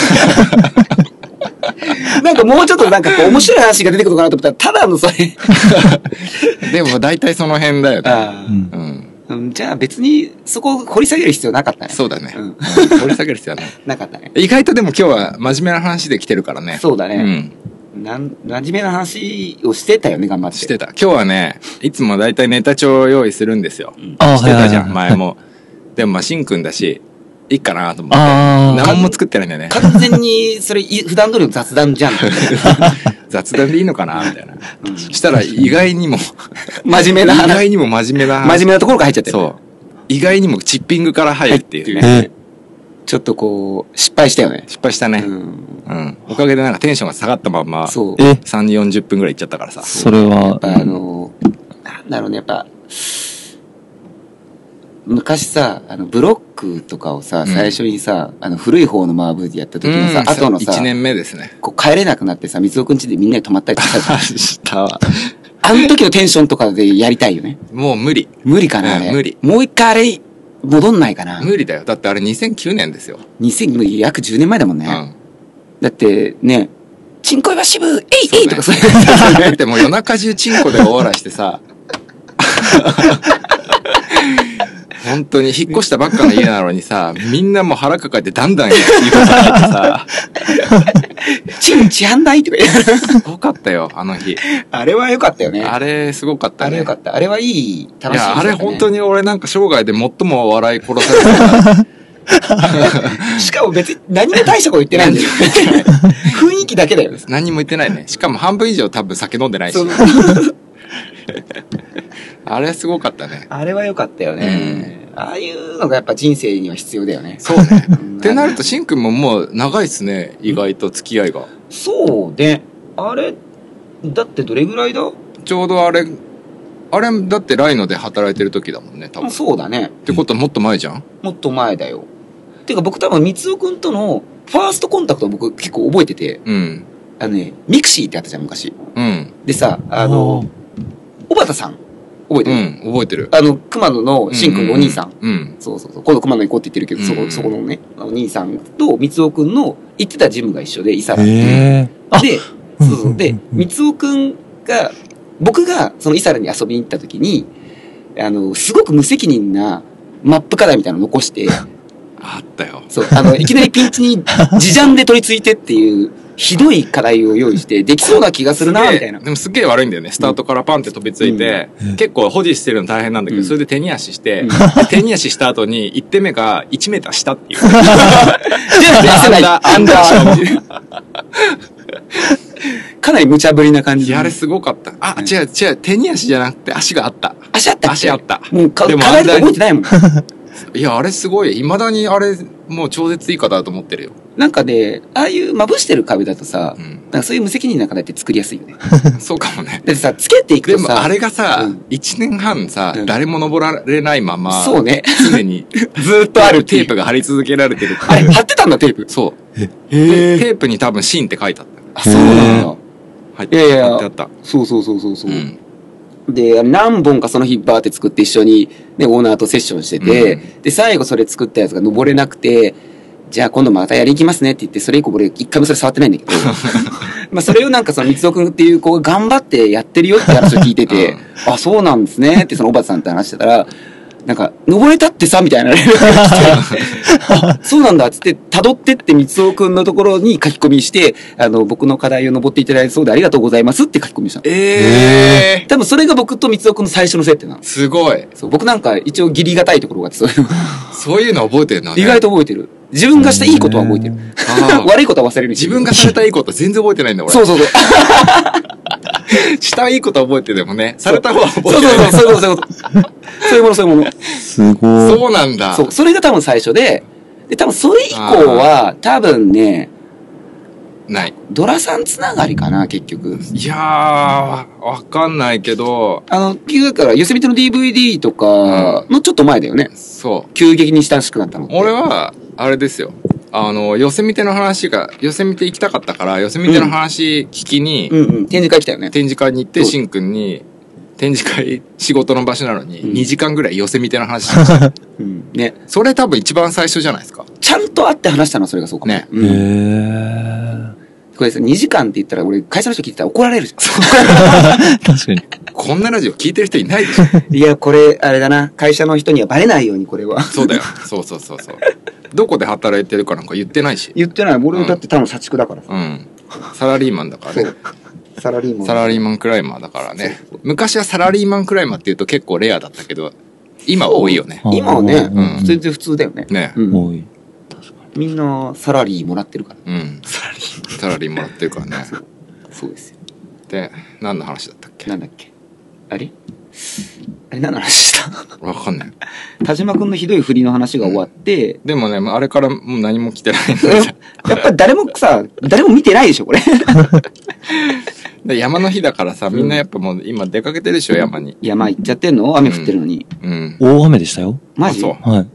なんかもうちょっとなんかこう面白い話が出てくるのかなと思ったら、ただのそれ。 でも大体その辺だよね。 あうん。じゃあ別にそこを掘り下げる必要なかったね。 そうだね。うん、掘り下げる必要はない。 なかったね。 意外とでも今日は真面目な話で来てるからね。 そうだね。うん。なん、真面目な話をしてたよね、頑張って。 してた。今日はね、いつもだいたいネタ帳を用意するんですよ。うん、 あしてたじゃん、前も。でもまあ、しんくんだし、いいかなと思って。何も作ってないんだよね。 完全に、それ、普段通りの雑談じゃん。 雑談でいいのかなみたいな。うん、したら、意外にも、 真面目な話。 意外にも真面目な話。真面目なところから入っちゃってる。 そう。意外にもチッピングから入るっていうね。 ちょっとこう、失敗したよね。 失敗したね。 うん。 うん。おかげでなんかテンションが下がったまんま、 そう。 えさんじよんじゅっぷんぐらいいっちゃったからさ。 それやっは、 ぱあの、なんだろうね、やっぱ、昔さ、あの、ブロックとかをさ、 ん最初にさ、あの、古い方のマーブーでやった時のさ、後のさ、 いちねんめですね。 こう帰れなくなってさ、水尾くん家でみんなで泊まったりとかしたじゃんしたわ。 あの時のテンションとかでやりたいよね。 もう無理。 無理かな、あれ。 うん無理。 もう一回あれ、戻んないかな。 無理だよ。だってあれにせんきゅうねんですよ。 にせん、約じゅうねんまえだもんね。 うん。 だってね、チンコイは渋、えいえいとかそういう。 だってもう夜中中チンコで終わらしてさ、本当に引っ越したばっかの家なのにさ、みんなもう腹抱えてだんだん言うこと入ってさ、 チンチハンダイとか言う。 すごかったよ、あの日。 あれは良かったよね。 あれすごかったね。 あれ良かった。あれはいい、楽しい、 いや、あれ本当に。 に俺なんか生涯で最も笑い殺された。 しかも別に何も大したこと言ってないんだよ。雰囲気だけだよ。 何も言ってないね。しかも半分以上多分酒飲んでないしそう。 あれすごかったね。 あれは良かったよね。ああいうのがやっぱ人生には必要だよね。 そうね。 うんってなると、しんくんももう長いっすね。意外と付き合いが。 そうね。あれ、だってどれぐらいだ？ ちょうどあれ、あれ、だってライノで働いてる時だもんね、多分。っそうだね。 てことはもっと前じゃん？ もっと前だよ。てか僕多分三尾くんとのファーストコンタクトを僕結構覚えてて、 うん。 あのね、ミクシーってあったじゃん、昔。 うん。 でさ、あの、小畑さん、覚えてる？ うん、覚えてる。 あの、熊野のしんくんのお兄さん。 うん。 そうそうそう。今度熊野行こうって言ってるけど、そこ、 うんうんそこのね、お兄さんと三尾くんの行ってたジムが一緒で、イサラ。 えで、そうそう。で、三尾くんが、僕がそのイサラに遊びに行った時に、あの、すごく無責任なマップ課題みたいなの残して、 あったよ。 そう、あの、いきなりピンチに自ジャンで取り付いてっていう、ひどい課題を用意して、できそうな気がするな、みたいな。 でもすっげえ悪いんだよね。スタートからパンって飛びついて、結構保持してるの大変なんだけど、 うんそれで手に足して、 うんで手に足した後にいってんめがいちメーター下っていう。 じゃあ、出せない。 アンダーアンダー。かなり無茶ぶりな感じで。 いや、あれすごかった。あ、違う違う、手に足じゃなくて足があった。 足あったっけ足あった。 もうか、 でも課題とか覚えてないもん。 いや、あれすごい。未だにあれ、もう超絶いい方だと思ってるよ。 なんかね、ああいうまぶしてる壁だとさ、 うんなんかそういう無責任な課題って作りやすいよね。 そうかもね。 だってさ、つけていくとさ、 でもあれがさうん、 いちねんはんさう、ん誰も登られないまま、 そうね。 常にずーっとあるテープが貼り続けられてるってあれ、 いう。 貼ってたんだ、テープ。 そう。 へでテープに多分シーンって書いてあっあ、そうなんだ。 た。はい。 いやいや貼ってあった。 そうそうそうそうそう。 うん。 で、何本かその日バーって作って一緒にね、オーナーとセッションしてて、 うんで、最後それ作ったやつが登れなくて、じゃあ今度またやりに行きますねって言って、それ以降俺一回もそれ触ってないんだけど、まあそれをなんかその三尾くんっていう子が頑張ってやってるよって話を聞いてて、あ、そうなんですねってそのおばさんって話してたら、なんか、登れたってさ、みたいな連絡が来て、あ、そうなんだっつって、辿ってって三尾くんのところに書き込みして、あの、僕の課題を登っていただいてそうでありがとうございますって書き込みしたの。 ええ多分それが僕と三尾くんの最初の接点なの。 すごい。 そう、僕なんか一応義理がたいところがあって、そういうのそういうの覚えてるのね。 意外と覚えてる。自分がしたいいことは覚えてる。 あー悪いことは忘れる。 自分がされたいいこと全然覚えてないんだ、俺。 そうそうそう。 したいいことは覚えててもね、された方は覚そうえてない。 そうそう、そういうこと、そういうこと。そういうもの、そういうもの。 すごい。 そうなんだ。 そう、それが多分最初で、で、多分それ以降は、多分ね、 ない。 ドラさんつながりかな、結局。 いやー、わかんないけど、 あの、結局だから、ヨセミテの ディーブイディー とかのちょっと前だよね。 そう。 急激に親しくなったのって。 俺は、あれですよ。あの、ヨセミテの話が、ヨセミテ行きたかったから、ヨセミテの話聞きに、 うんうん、展示会来たよね。 展示会に行って、 そうしんくんに、展示会、仕事の場所なのに、 うんにじかんぐらいヨセミテの話しました。 うん。ね。 それ多分一番最初じゃないですか。 ちゃんと会って話したのはそれがそうかも。 ねうん。 へこれさ、にじかんって言ったら俺、会社の人聞いてたら怒られるじゃー。確かに。 こんなラジオ聞いてる人いないでしょ。 ん。いや、これ、あれだな。会社の人にはバレないように、これは。 そうだよ。そうそうそうそう。どこで働いてるかなんか言ってないし。 言ってない。俺だって多分社畜だからさ。 うん。サラリーマンだからね。 サラリーマン。 サラリーマンクライマーだからね。昔はサラリーマンクライマーって言うと結構レアだったけど、今多いよね。 今はね、 うん全然普通だよね。 ね。 うん。 多い。 みんな、サラリーもらってるから。 うん。サラリー。サラリーもらってるからね。 そうですよ。 で、何の話だったっけ？ なんだっけあれあれ何の話したわかんない。 田島くんのひどい振りの話が終わって、 でもね、あれからもう何も来てないんだやっぱり誰もさ、誰も見てないでしょ、これ。 で山の日だからさ、みんなやっぱもう今出かけてるでしょ、山に。 山行っちゃってんの？雨降ってるのに。 うん。 大雨でしたよ。 マジ？ そう。 はい。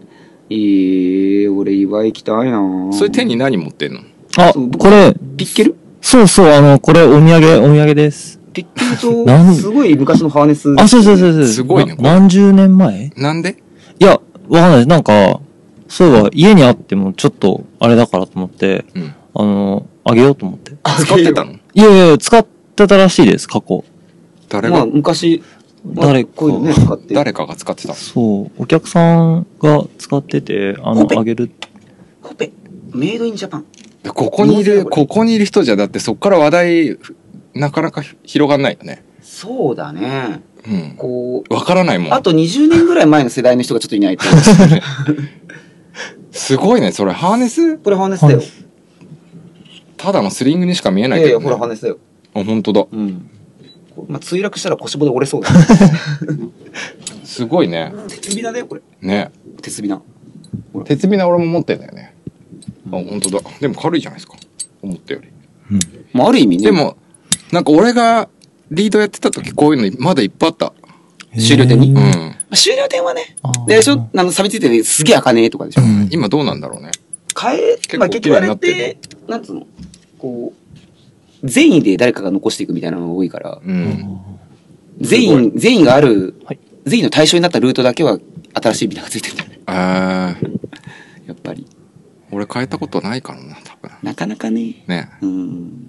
ええー、俺岩行きたいなぁ。 それ手に何持ってんの？ あ、これ、 ピッケル？ そうそう、あの、これお土産、お土産です。 ピッケルと、すごい昔のハーネス。 あ、そうそうそうそう。 すごいね。 何十年前？ なんで？ いや、わかんない。なんか、そういえば家にあってもちょっと、あれだからと思って、うん、あの、あげようと思って。 使ってたの？ いやいやいや、使ってたらしいです、過去。 誰が？ まあ、昔、 誰か、 ね、使って誰かが使ってたの？ そう、お客さんが使ってて、あの、あげる。 コペ、メイドインジャパン。 ここにいる、ここにいる人じゃ、だってそっから話題、なかなか広がんないよね。 そうだね。 うん。 こう。わからないもん。 あとにじゅうねんぐらい前の世代の人がちょっといないと。 すごいね、それ、ハーネス？ これハーネスだよ。 ただのスリングにしか見えないけど、ね。 いやいや、ほらハーネスだよ。 あ、ほんとだ。 うん。まあ、墜落したら腰骨折れそうだ。 すごいね。 鉄ビナだよ、これ。 ね。 鉄ビナ。 鉄ビナ俺も持ってんだよね。あ、ほんとだ。でも軽いじゃないですか。思ったより。 うん。 まあ、ある意味ね。 でも、なんか俺がリードやってた時こういうのまだいっぱいあった。 終了点に。 うん。 まあ、終了点はね。でしょ、あの、錆びついててすげえ開かねえとかでしょ。うん、 今どうなんだろうね。 変え、まあ結局あれって、なんつうのこう、善意で誰かが残していくみたいなのが多いから。うん。善意、善意がある、はい、善意の対象になったルートだけは新しいビナがついてるんだよね。ああ。やっぱり。 俺変えたことないからな、多分。 なかなかね。 ね。うん。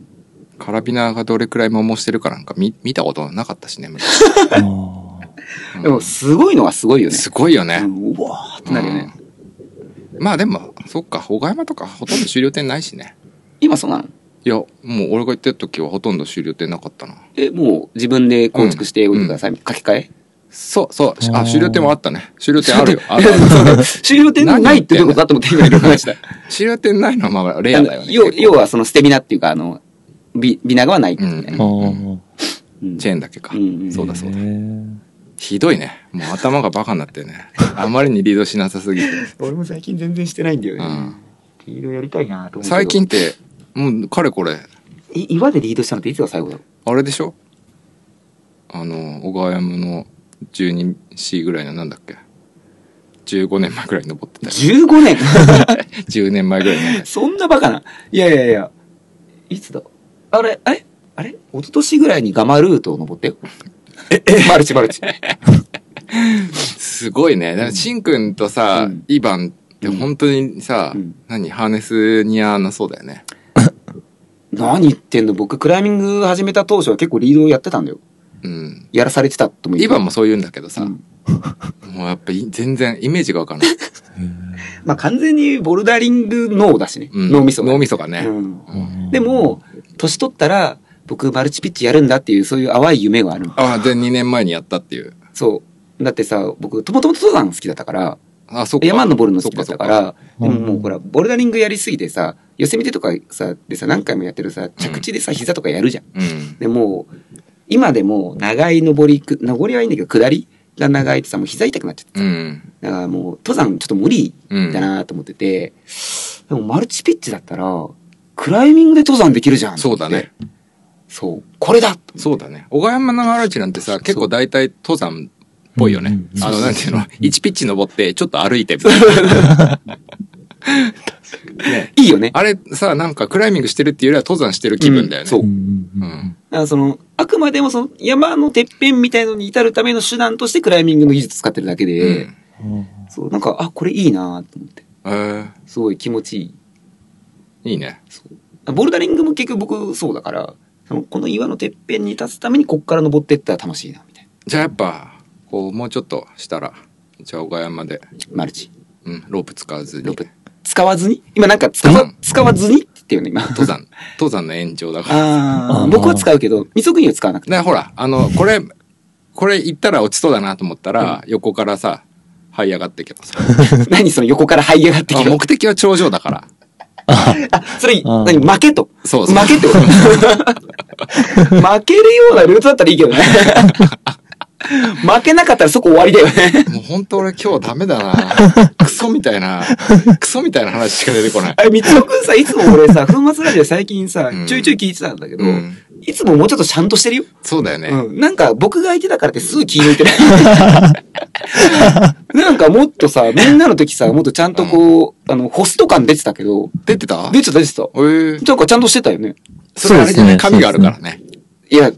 カラビナがどれくらい摩耗してるかなんか見、見たことなかったしね。 うん、でも、すごいのがすごいよね。 すごいよね。 うん、うわーってなるよね。 うん、まあでも、そっか、小川山とかほとんど終了点ないしね。 今そうなの？ いや、もう俺が言ってる時はほとんど終了点なかったな。 え、もう自分で構築しておいてください。うん、書き換え？ そう、そう。あ、終了点もあったね。終了点あるよ。ある終了点ないってどういうことだと思って今いろいろ話した。 終了点ないのはまあレアだよね。 要, 要はその捨てビナっていうか、あの、ビ、ビナガはないっていうね。 うんうん、チェーンだけか。うん、そうだそうだ。ひどいね。もう頭がバカになってね。あまりにリードしなさすぎて。 俺も最近全然してないんだよね。うん、リードやりたいなと思って。 最近って、もう、かれこれ。 い、岩でリードしたのっていつが最後だろう？ あれでしょ？あの、小川山の じゅうにシー ぐらいのなんだっけ？じゅうごねんまえぐらいに登ってたよ。 じゅうごねん ? じゅうねんまえぐらいに。 そんなバカな。いやいやいや。いつだあれ、あれあれ一昨年ぐらいにガマルートを登ってよ。え、え、マルチマルチ。 すごいね。だからシンくんとさ、うん、イバンって本当にさ、うん、何ハーネス似合わなそうだよね。 何言ってんの？僕クライミング始めた当初は結構リードをやってたんだよ。うん。やらされてたとも言う。 イバンもそう言うんだけどさ、うん、もうやっぱ全然イメージがわかんない。 まあ完全にボルダリング脳だしね。うん、脳みそが。 脳みそがね。 うんうん、でも、年取ったら僕マルチピッチやるんだっていうそういう淡い夢がある。 ああ、でにねんまえにやったっていう。 そう。だってさ、僕、もともと登山好きだったから、 あ、そっか。 山登るの好きだったから、でももうほら、ボルダリングやりすぎてさ、ヨセミテとかさ、でさ、何回もやってるさ、着地でさ、膝とかやるじゃん。うん、でも、今でも長い登り、登りはいいんだけど、下りが長いってさ、もう膝痛くなっちゃってさ、うん、だからもう、登山ちょっと無理だなと思ってて、うん、でもマルチピッチだったら、クライミングで登山できるじゃん。 そうだね。 そう。これだ。 そうだね。小川山のマルチなんてさ、結構大体登山、ぽいよね。うん、あの、なんていうの、いちピッチ登って、ちょっと歩いてみたいな。 ね、いいよね。 あれさ、なんかクライミングしてるっていうよりは登山してる気分だよね。 うん、そう。うん。だからその、あくまでもその山のてっぺんみたいのに至るための手段としてクライミングの技術使ってるだけで、うん、そう、なんか、あ、これいいなと思って。えー、すごい気持ちいい。 いいね。 そう。ボルダリングも結局僕そうだから、そのこの岩のてっぺんに立つためにこっから登っていったら楽しいな、みたいな。 じゃあやっぱ、こう、もうちょっとしたら、じゃあ小川山で。 マルチ。 うん、ロープ使わずに。 ロープ使わずに今なんか使わ、うん、使わずにって言ってよね、今。 登山。登山の延長だから。 ああ。僕は使うけど、みそくには使わなくて。 ね、ほら、あの、これ、これ行ったら落ちそうだなと思ったら、うん、横からさ、這い上がってけばさ。 何その横から這い上がってけば。 目的は頂上だから。 あ、それ、何負けと。 そうそう。 負けってこと負けるようなルートだったらいいけどね。 負けなかったらそこ終わりだよね。 もう本当俺今日ダメだな。クソみたいな、クソみたいな話しか出てこない。 あれ、みつおくんさ、いつも俺さ、粉末ラジオ最近さ、 うんちょいちょい聞いてたんだけど、 うん、 いつももうちょっとちゃんとしてるよ。 そうだよね。 うん。なんか僕が相手だからってすぐ気抜いてない。なんかもっとさ、みんなの時さ、もっとちゃんとこう、あの、ホスト感出てたけど、 出てた出てた出てた。 えー、 なんかちゃんとしてたよね。 それあれじゃない、神があるからね。 いや、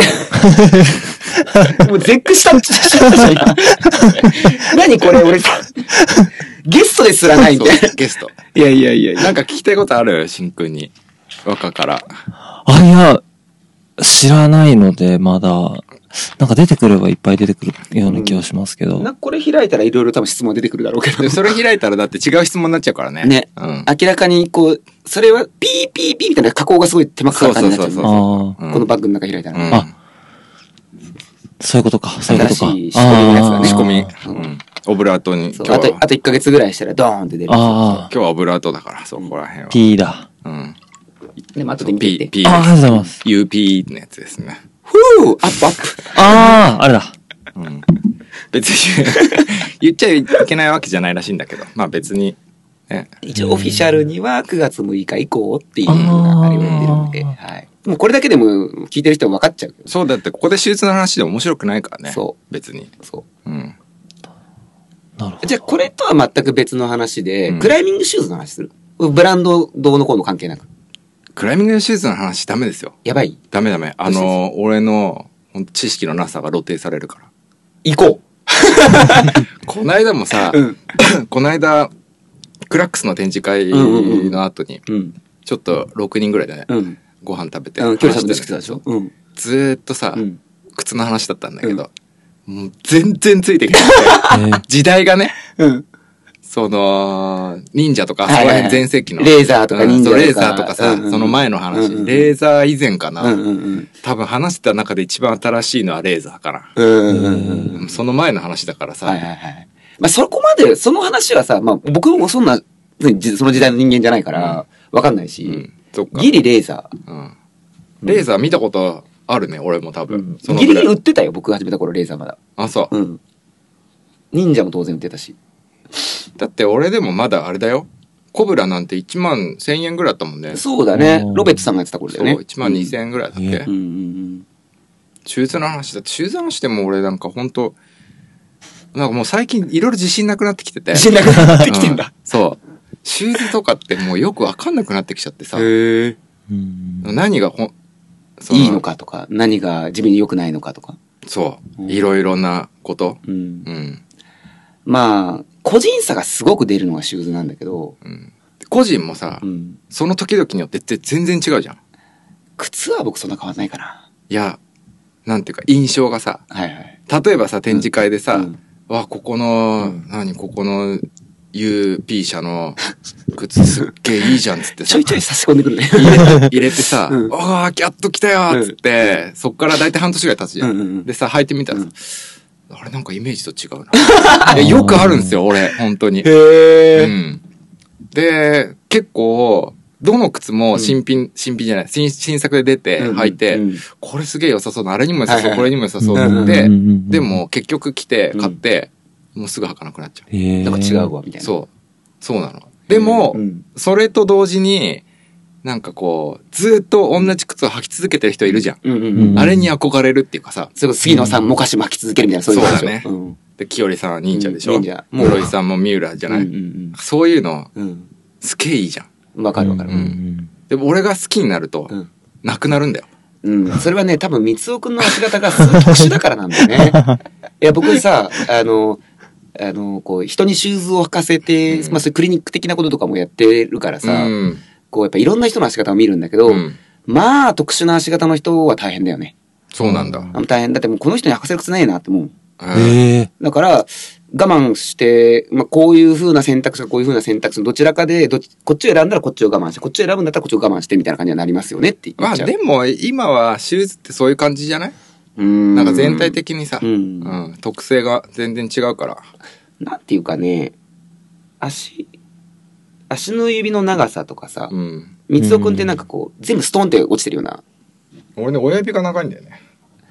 もう絶句した、したじゃん、今。何これ、俺さ、ゲストですらないみたいな。 ゲスト。 いやいやいやいや。 なんか聞きたいことあるしんくんに。若から。 あ、いや、知らないので、まだ、なんか出てくればいっぱい出てくるような気はしますけど。 なこれ開いたらいろいろ多分質問出てくるだろうけど。 でそれ開いたらだって違う質問になっちゃうからね。 ね。 うん。 明らかにこう、それはピーピーピーみたいな加工がすごい手間かかる感じになっちゃう。 そうそうそうああ、 うんこのバッグの中開いたら。 うんあそういうことか、そういうことか。 新しい仕込みのやつだね仕込み。 ううんん。オブラートに。 そう今日は、 あと、あといっかげつぐらいしたらドーンって出る。 ああ、 今日はオブラートだから、そこら辺は。 P だ。 うん。 でも後で見てみ P、 て。 P ああ、ありがとうございます。 ユーピー のやつですね。 ふぅアップアップ。 ああ、あれだ。 うん。別に言っちゃいけないわけじゃないらしいんだけど、まあ別に、ね。 一応オフィシャルにはくがつむいか以降っていうのがあれを言ってるんで、はい。でもこれだけでも聞いてる人は分かっちゃう。 そうだってここで手術の話で面白くないからね。 そう別に。 そうん。 なるほう。じゃあこれとは全く別の話で、 うんクライミングシューズの話する。ブランドどうのこうの関係なく。 クライミングの手術の話ダメですよ。 やばい。 ダメダメ。あの、俺のほんと知識のなさが露呈されるから。 行ここないだもさ、 う。うん。 こないだ、クラックスの展示会の後に、 うん。 ちょっとろくにんぐらいでね、 うん。 ご飯食べて、 うん。距離差話してしくてたでしょ。うん。 ずーっとさ、 うん。 靴の話だったんだけど、もう全然ついてきてえー時代がね、 うん。 その、忍者とか、そこはいはいはいら辺全盛期の。 レーザーとか忍者とかうんそうレーザーとかさ、 うんうんその前の話、 うんうんレーザー以前かな、 うんうんうん。 多分話してた中で一番新しいのはレーザーかな。 うんうんうんうん。 その前の話だからさ、 はいはいはい。まあそこまで、その話はさ、まあ僕もそんな、その時代の人間じゃないから、わかんないし、 うん、そっか。 ギリレーザうん。レーザー見たことあるね、俺も多ー。 分。そのギリギぐらいリ売ってたよ、僕が始めた頃レーザーまだ。 あ、そう。 うん。忍者も当然売ってたし。 だって俺でもまだあれだよ。コブラなんていちまんせんえんぐらいだったもんね。 そうだねう。んロベットさんがやってた頃だそう、 よね。 いちまんにせんえんぐらいだっけ、 うんうんうんうん。 シューズの話だって、シューズの話でも俺なんかほんと、なんかもう最近いろいろ自信なくなってきてて。 自信なくなってきてんだ。 うんそう。シューズとかってもうよくわかんなくなってきちゃってさ。 へえ。 うん何がほん、そのいいのかとか、何が自分に良くないのかとか。 そう。 うんいろいろなこと。 うん。 うん。 まあ、個人差がすごく出るのがシューズなんだけど、 うん。個人もさ、 うん。 その時々によって全然違うじゃん。 靴は僕そんな変わんないかな。 いや、なんていうか印象がさ、 はいはい。 例えばさ、展示会でさ、 うんわ、ここの、何、ここの ユーピー 社の靴すっげえいいじゃんっつってさちょい、ちょい差し込んでくるね。 入れて、入れてさ、 うんああ、キャッと来たよっつって、そっから大体半年ぐらい経つじゃん。 うんうんうんでさ、履いてみたらさ、あれなんかイメージと違うな。いやよくあるんですよ、俺、本当に。 へう。ん。で、結構、どの靴も新品、新品じゃない、新新作で出て履いて、 うんこれすげえ良さそうな、あれにも良さそう、 はいはいこれにも良さそううんうんで、 うんうんうんでも結局来て、買って、もうすぐ履かなくなっちゃう。 へえなんか違うわ、みたいな。 そう。そうなの。でも、 うんそれと同時に、なんかこう、ずっと同じ靴を履き続けてる人いるじゃん。 うんうんう。 うんんあれに憧れるっていうかさ、 それこそ杉野さんもかし巻き続けるみたいな、そういうことでしょ。 そうだねうんで、清里さんは忍者でしょ。 うん忍者室井さんも三浦じゃない、 うんうんそういうの、 うんすげえいいじゃん。 うん。わかるわかる。 うんうんでも俺が好きになると、 うんなくなるんだよ。 うん。それはね、多分、三尾くんの足型がすごい特殊だからなんだよね。いや、僕さ、あの、あの、こう、人にシューズを履かせて、 うんまあ、そういうクリニック的なこととかもやってるからさ、 うん。 こう、やっぱいろんな人の足型を見るんだけど、 うんまあ、特殊な足型の人は大変だよね。 そうなんだ。 あの大変。だってもうこの人に履かせる靴ないなってもう。 うんへえだから、我慢して、まあ、こういう風な選択肢かこういう風な選択肢のどちらかで、どっちこっちを選んだらこっちを我慢して、こっちを選ぶんだったらこっちを我慢してみたいな感じになりますよねって言まあっちゃう。 でも、今はシューズってそういう感じじゃないうんなんか全体的にさ、 ううんん、特性が全然違うから。 なんていうかね、足、足の指の長さとかさう、ん。 三尾くんってなんかこう、全部ストンって落ちてるような。 俺ね、親指が長いんだよね。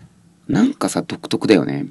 なんかさ、独特だよね。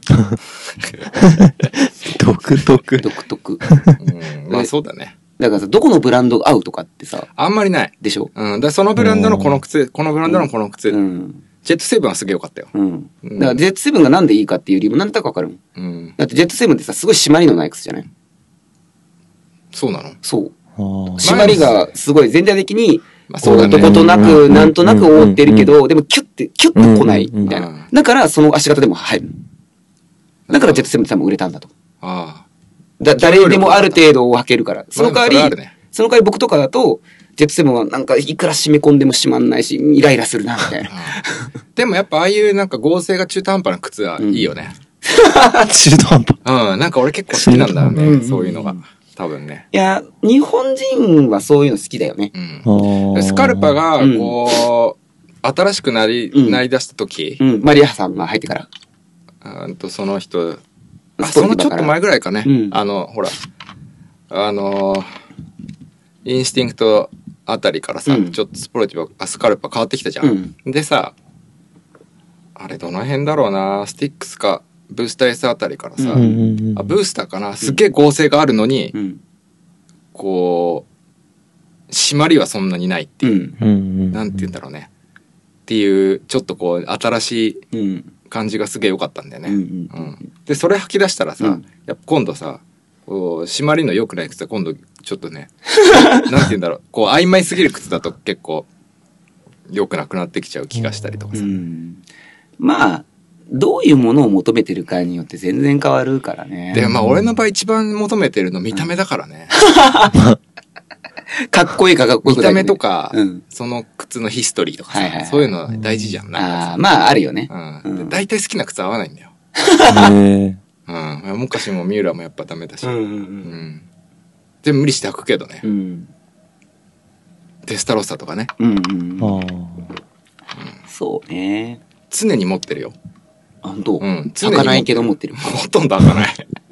独特。 独特。 うん、まあそうだね。 だからさ、どこのブランドが合うとかってさ、 あんまりない。 でしょ？ うん。だそのブランドのこの靴、このブランドのこの靴。 うん。 ジェットセブンはすげえ良かったよ。 うん。だからジェットセブンがなんでいいかっていう理由もなんとなくわかるもん。 うん。 だってジェットセブンってさ、すごい締まりのない靴じゃない？ そうなの？ そう。 あー締まりがすごい全体的に、 まあそうだね。 どことなく、なんとなく覆ってるけうど、でもキュッて、キュッと来ないみたいうんな。だからその足型でも入る。だからジェットセブンって多分売れたんだと。 ああ。 だ、誰でもある程度履けるから。その代わり、 まあでもそれあるねその代わり僕とかだと、ジェットセブンはなんかいくら締め込んでも締まんないし、イライラするな、みたいな。 でもやっぱああいうなんか合成が中途半端な靴はいいよね。 中途半端。 うん。なんか俺結構好きなんだよね。 うんそういうのが。多分ね。 いや、日本人はそういうの好きだよね。 うん。でスカルパが、こう、新しくなり、 うんなり出した時、 うん。マリアさんが入ってから。 うんと、その人、あ、 スポルトだからそのちょっと前ぐらいかね。 うんあの、ほら、あのー、インスティンクトあたりからさ、 うんちょっとスポルティブ、あスカルパ変わってきたじゃん。でさ、あれどの辺だろうな、スティックスか、ブースター S あたりからさ、 うんうんうんあブースターかな、すっげえ合成があるのに、 うん。 こう、締まりはそんなにないっていう、 うん。 うんなんて言うんだろうね。っていう、ちょっとこう、新しいうん。 感じがすげえ良かったんだよね。 うん。 うんで、それ吐き出したらさ、 うんやっぱ今度さ、こう、締まりの良くない靴は今度ちょっとね、なんて言うんだろう、こう、曖昧すぎる靴だと結構、良くなくなってきちゃう気がしたりとかさ。 うん。まあ、どういうものを求めてるかによって全然変わるからね。 で、まあ俺の場合一番求めてるの見た目だからね。 かっこいいかかっこいい見た目とか、 うん。 その靴のヒストリーとかさ、 はいはいはいそういうの大事じゃん。なんかああ、まあ、あるよね。 さ、 ううんん。で大体好きな靴合わないんだよ。 へうん。もかしも三浦もやっぱダメだし。 うんううんん。でも無理して履くけどねう。ん。 デスタロッサとかね。 うん。うんーあー。 そうね。 常に持ってるよ。 あ、本当。 うん。常履かないに持ってるけど持ってる。 ほとんど開かない。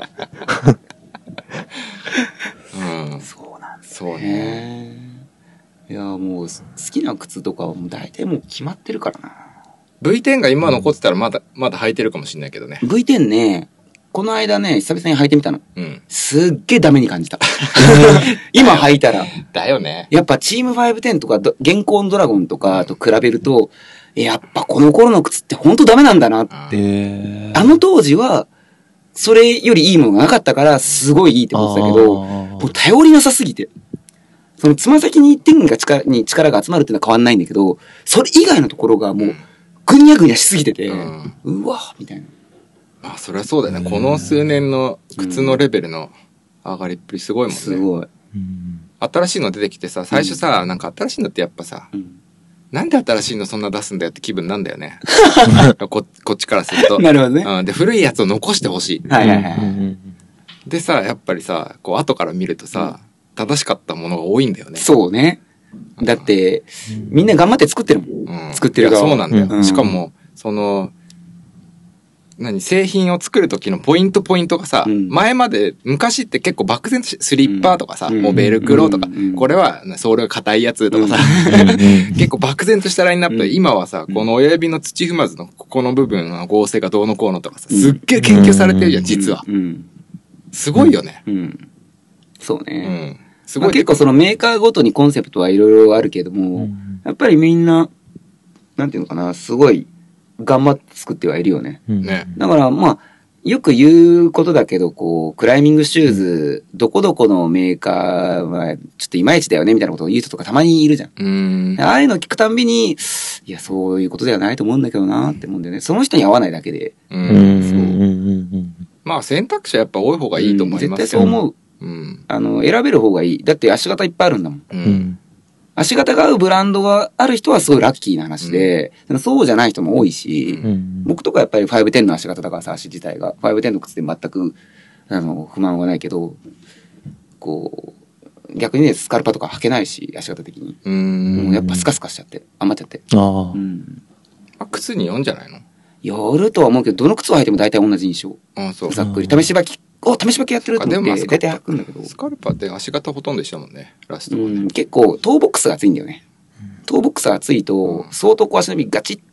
うん。 そうなんですそうね。 ね。いや、もう、好きな靴とかはもう大体もう決まってるからな。 ブイテン が今残ってたらまだ、まだ履いてるかもしれないけどね。 ブイテン ね、この間ね、久々に履いてみたの。 うん。 すっげえダメに感じた。今履いたら。 だよね。 やっぱチームファイブテンとか、ど現行のドラゴンとかと比べると、やっぱこの頃の靴ってほんとダメなんだなって。 へーあの当時は、それよりいいものがなかったから、すごいいいって思ってたけど、 あーもう頼りなさすぎて。そのつま先に一点が力に力が集まるっていうのは変わんないんだけど、それ以外のところがもう、ぐにゃぐにゃしすぎてて、 うんうわみたいな。 まあそりゃそうだよね。この数年の靴のレベルの上がりっぷりすごいもんね。 すごい。 うん新しいの出てきてさ、最初さ、なんか新しいのってやっぱさ、 うんなんで新しいのそんな出すんだよって気分なんだよね。ここっちからすると。 なるほどね。 うん。で、古いやつを残してほしい。 はいはいはい。 うんうんでさ、やっぱりさ、こう後から見るとさ、正しかったものが多いんだよね。 そうね。だって、みんな頑張って作ってるもん。 うん。 作ってる側いやそうなんだよ。 うんしかも、その、何、製品を作る時のポイントポイントがさ、 うん前まで、昔って結構漠然としスリッパーとかさ、 うんもうベルクロとか、 うんこれはソールが硬いやつとかさ、結構漠然としたラインナップで、 うん今はさ、この親指の土踏まずのここの部分の合成がどうのこうのとかさ、すっげえ研究されてるじゃん、実は。 うん。 すごいよね。 うん。そううね。 ん。すまあごい。 結構そのメーカーごとにコンセプトはいろいろあるけども、やっぱりみんな、なんていうのかな、すごい頑張って作ってはいるよね。 うんね。 だからまあ、よく言うことだけど、こう、クライミングシューズ、どこどこのメーカーは、ちょっといまいちだよね、みたいなことを言う人とかたまにいるじゃん。 うーん。 ああいうの聞くたんびに、いや、そういうことではないと思うんだけどなって思うんだよね。その人に合わないだけで。 う。 うんんうんうんまあ選択肢はやっぱ多い方がいいと思いますよ。 絶対そう思う。 うん。 あの、選べる方がいい。だって足型いっぱいあるんだもん。 う。 うんん足型が合うブランドがある人はすごいラッキーな話で、そうじゃない人も多いし、 うんうん僕とかやっぱりファイブテンの足型だからさ、足自体が。ファイブテンの靴で全く、あの、不満はないけど、こう、逆にね、スカルパとか履けないし、足型的に。 うーん。 もうやっぱスカスカしちゃって、余っちゃって。 ああうん。 あ靴によんじゃないの？ よるとは思うけど、どの靴を履いても大体同じ印象。 ああ、そう。 ざっくり。試し履き、お、試し履きやってるとあでもまあ思って、大体履くんだけど。 スカルパって足型ほとんど一緒だもんね。ラストはね。 うん、結構、トーボックスが厚いんだよね。トーボックスが厚いと、相当こう足の指ガチって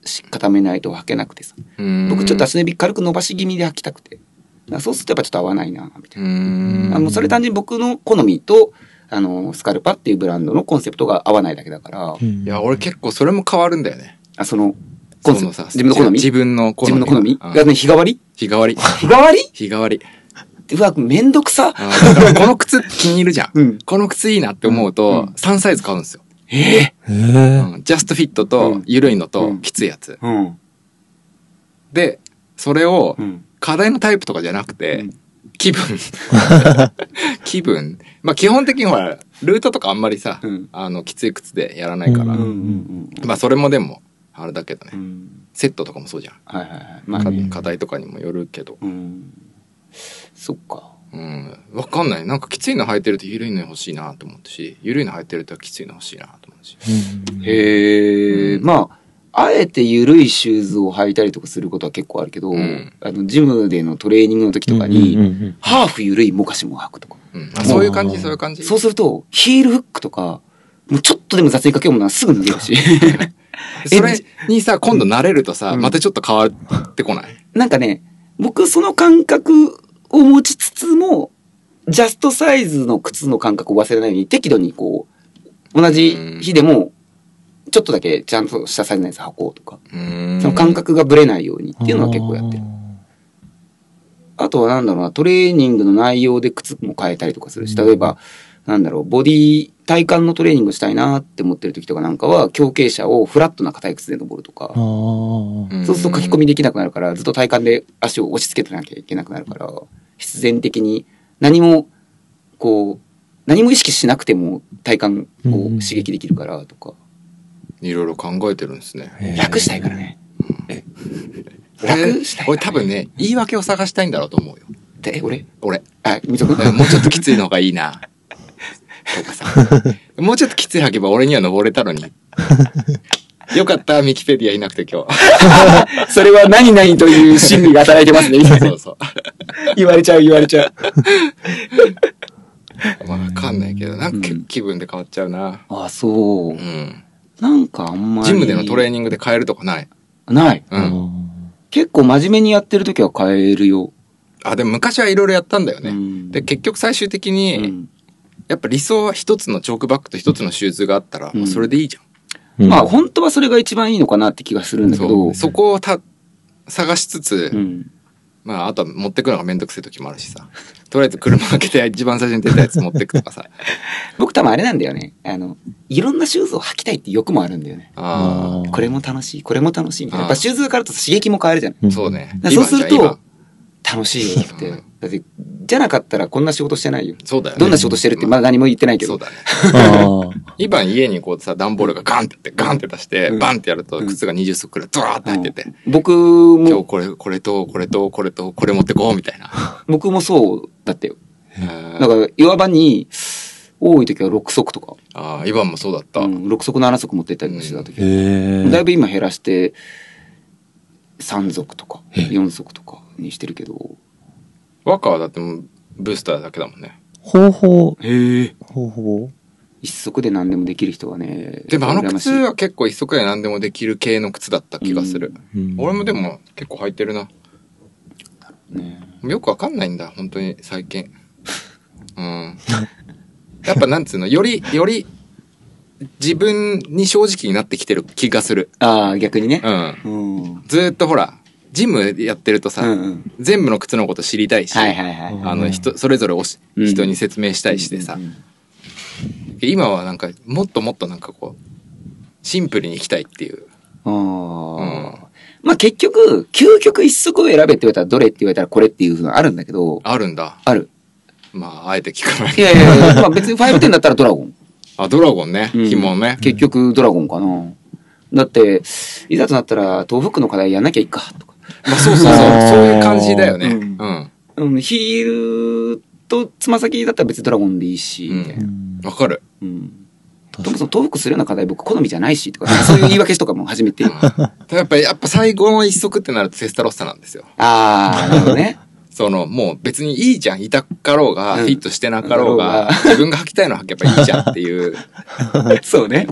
し固めないと履けなくてさ。僕ちょっと足の指軽く伸ばし気味で履きたくて。だからそうするとやっぱちょっと合わないな、みたいな。あもうそれ単純に僕の好みと、あの、スカルパっていうブランドのコンセプトが合わないだけだから。 いや、俺結構それも変わるんだよね。 あ、その、コンセプトさ、自分の好み自分の好み。 自分の好みがね、日替わり日替わり。 日替わり日替わり。 うわ、めんどくさ。 この靴気に入るじゃん。うん、この靴いいなって思うと、さんサイズ買うんですよ。 えぇ、うん、ジャストフィットと、緩いのと、きついやつ。うん、で、それを、課題のタイプとかじゃなくて、うん、気分。気分。まあ基本的にほら、ルートとかあんまりさ、うん、あの、きつい靴でやらないから。まあそれもでも、あれだけどね、うん。セットとかもそうじゃん。はいはいはい。まあ、ね、課題とかにもよるけど。うんそっか。 うん。わかんない。なんかきついの履いてると緩いの欲しいなと思ったし、緩いの履いてるときついの欲しいなと思うし。 うん、へえ、うん。まあ、あえて緩いシューズを履いたりとかすることは結構あるけど、うん、あの、ジムでのトレーニングの時とかに、うんうんうんうん、ハーフ緩いモカシも履くとか。 うん、あそういう感じ、そういう感じ。 そうすると、ヒールフックとか、もうちょっとでも雑にかけようものはすぐ脱げるし。 それにさ、今度慣れるとさ、うん、またちょっと変わってこない？ なんかね、僕その感覚、を持ちつつも、ジャストサイズの靴の感覚を忘れないように、適度にこう、同じ日でも、ちょっとだけちゃんとしたサイズのやつ履こうとか、その感覚がぶれないようにっていうのは結構やってる。あとはなんだろうな、トレーニングの内容で靴も変えたりとかするし、例えば、なんだろう、ボディ、体幹のトレーニングしたいなって思ってる時とかなんかは、強傾斜をフラットな硬い靴で登るとか、そうすると書き込みできなくなるから、ずっと体幹で足を押し付けてなきゃいけなくなるから、必然的に何も、こう、何も意識しなくても体幹を刺激できるからとか。 いろいろ考えてるんですね。 楽したいからね。 楽したい。俺多分ね、言い訳を探したいんだろうと思うよ。 え、俺俺。 あ、みそくんもうちょっときついのがいいな。とかさ。もうちょっときつい履けば俺には登れたのに。よかった、ミキペディアいなくて今日。それは何々という心理が働いてますね、みたいな。そうそう。言われちゃう、言われちゃう。 まあ、わかんないけど、なんか気分で変わっちゃうな。 ああ、そう。うん。なんかあんまり。 ジムでのトレーニングで変えるとかない？ ない。うん。結構真面目にやってる時は変えるよ。 あ、でも昔はいろいろやったんだよね。うん、で、結局最終的に、うん、やっぱ理想は一つのチョークバッグと一つのシューズがあったら、うん、もうそれでいいじゃん。 うん、まあ本当はそれが一番いいのかなって気がするんだけど。 そ, そこをた探しつつ、うん、まああとは持ってくのがめんどくせえ時もあるしさ。とりあえず車開けて一番最初に出たやつ持ってくとかさ。 僕多分あれなんだよね。あの、いろんなシューズを履きたいって欲もあるんだよね。あこれも楽しい、これも楽しいみたいな。やっぱシューズが変わると刺激も変わるじゃない。 そうね。 そうすると、楽しいよって。だって、じゃなかったらこんな仕事してないよ。 そうだよね。 どんな仕事してるってまだ何も言ってないけど。 そうだね。今家にこうさ、段ボールがガンってガンって出して、バンってやると靴がにじゅっ足くらいドワーって入ってて。 僕も。 今日これ、これと、これと、これと、これ持ってこうみたいな。 僕もそうだったよ。だから岩場に多い時はろく足とか。 ああ、岩もそうだった。うん、 ろく足なな足持ってったりしてた時。だいぶ今減らしてさん足とかよん足とかにしてるけど。 若はだってもブースターだけだもんね。 方法。 へえ。 方法。 一足で何でもできる人はね。 でもあの靴は結構一足で何でもできる系の靴だった気がする。うん、俺もでも結構履いてるな。ね、よくわかんないんだ、本当に最近。うん。やっぱなんつうの、より、より、自分に正直になってきてる気がする。 ああ、逆にね。 うん。うん、ずーっとほら、ジムやってるとさ、うんうん、全部の靴のこと知りたいし、 はいはいはい、 あの人、それぞれおし、うん、人に説明したいしてさ、うんうんうん、今はなんか、もっともっとなんかこう、シンプルにいきたいっていう。ああ。 うんまあ結局、究極一足を選べって言われたらどれって言われたらこれっていうのはあるんだけど。 あるんだ。 ある。 まあ、あえて聞かない。 いやいやいや、まあ別にごテンだったらドラゴン。 あ、ドラゴンね。うん、紐ね。 結局ドラゴンかな。だって、いざとなったら東北の課題やんなきゃいいか、とか。 まあそうそうそう。そういう感じだよね。うん。 うん、ヒールとつま先だったら別にドラゴンでいいし、みたいな。 わかる。 うん。そもそも東北するような課題僕好みじゃないしとか、そういう言い訳とかも始めて。 やっぱり、やっぱ最後の一足ってなるとセスタロッサなんですよ。 ああ、なるほどね。 その、もう別にいいじゃん。痛かろうが、 うんフィットしてなかろうが、 うん自分が履きたいの履けばいいじゃんっていう。 そうね。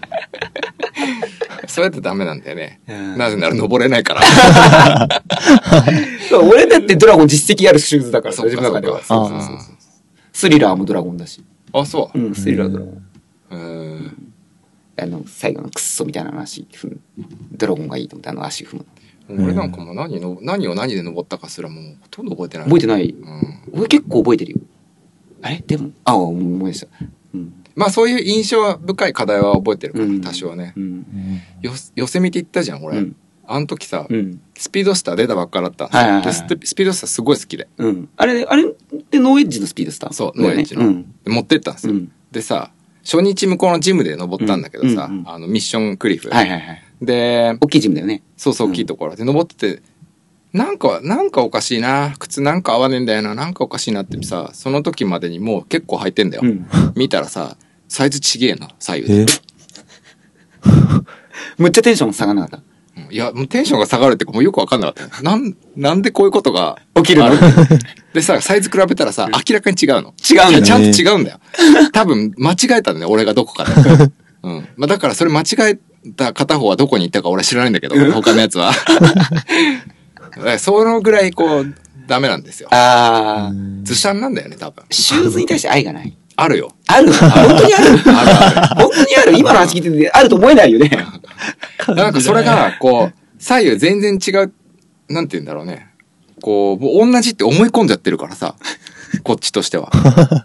そうやってダメなんだよね。 うんなぜなら登れないから。 俺だってドラゴン実績あるシューズだからさ、 そうか自分の中では。 そうそうそうそう。スリラーもドラゴンだし。 あ、そう。 うん、スリラードラゴン。 うーん。 あの、最後のクッソみたいな足踏む。ドラゴンがいいと思って、あの足踏む。 俺なんかもう何の、何を何で登ったかすらもうほとんど覚えてない。 覚えてないうん。 俺結構覚えてるよ。あれでも、あ、思い出した。うん。 まあそういう印象深い課題は覚えてるから、 うん多少ねう。ん。 よ、寄せ見て行ったじゃん、俺。 うんあの時さ、 うん。 スピードスター出たばっかだったんですよ。 はいはいはいでスピスピードスターすごい好きで。 うん。あれ、あれってノーエッジのスピードスターそう、 だよねノーエッジの。 うん。 で持ってったんですよ。 うん。 でさ、初日向こうのジムで登ったんだけどさ、 うんうんうんあの、ミッションクリフ。 はいはいはい。 で、 大きいジムだよね。 そうそう大きいところで登ってて、なんか、なんかおかしいな。靴なんか合わねえんだよな。なんかおかしいなってさ、その時までにもう結構履いてんだよ。 うん。 見たらさ、サイズちげえな、左右で。 えむっちゃテンション下がらなかっうんいや、もうテンションが下がるっていうかもうよくわかんなかったよ。なん、なんでこういうことがた。起きるのあるでさ、サイズ比べたらさ、明らかに違うの。 違うんだいやちゃんと違うんだよ。多分、間違えたんだよ、俺がどこかで。うん。まあ、だからそれ間違えた片方はどこに行ったか俺は知らないんだけど、他のやつは。だからそのぐらいこう、ダメなんですよ。 あー。 ズシャンなんだよね、多分。 シューズに対して愛がない。 あるよ。 ある本当にあるあるあ本当にある今の話聞いてて、あると思えないよね。 る。なんかそれが、こう、左右全然違う、なんて言うんだろうね。こう、もう同じって思い込んじゃってるからさ、こっちとしては。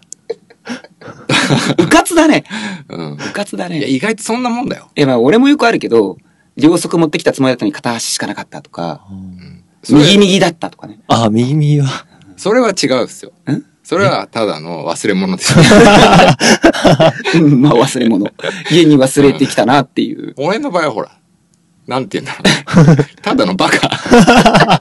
うかつだね。 うん。 うかつだいや、 ね。 意外とそんなもんだよ。 いや、まあ俺もよくあるけど、両足持ってきたつもりだったのに片足しかなかったとか、 それ右右だったとかね。 あ、右右は。 それは違うっすよ。 んそれはただの忘れ物でしょ。 うん、まあ忘れ物。家に忘れてきたなっていう。 俺の場合はほら、なんて言うんだろうね。ただのバカ。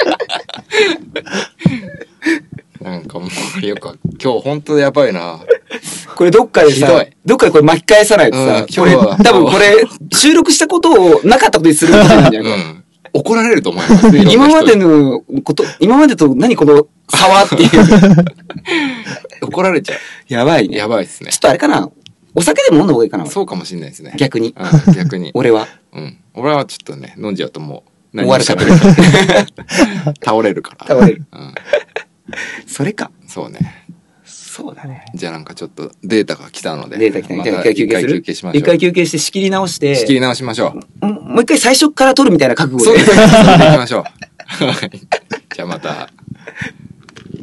なんかもう、よく、今日本当やばいな。 これどっかでさひどい、 どっかでこれ巻き返さないとさ、 うんこれ、 今日は多分これ、収録したことをなかったことにすることなんじゃうないか。 ん。怒られると思います。いろんな人に今までのこと、今までと何この差はっていう。 怒られちゃう。 やばいね。 やばいっすねちょっ。とあれかな。お酒でも飲んだ方がいいかな。 そうかもしれないですね。 逆に。 うん、逆に。 俺は。 うん。俺はちょっとね、飲んじゃうともう、 終わるから何も喋れない倒れるから。 倒れる。 うん。 それか。 そうね。 そうだね。 じゃあなんかちょっとデータが来たので。 データ来たね。 まじゃあ一回休憩する一回休憩しましょう。 一回休憩して仕切り直して。 仕切り直しましょう。 もうもう一回最初から撮るみたいな覚悟で。 そうですね。それで行きましょう。はいじゃあまた。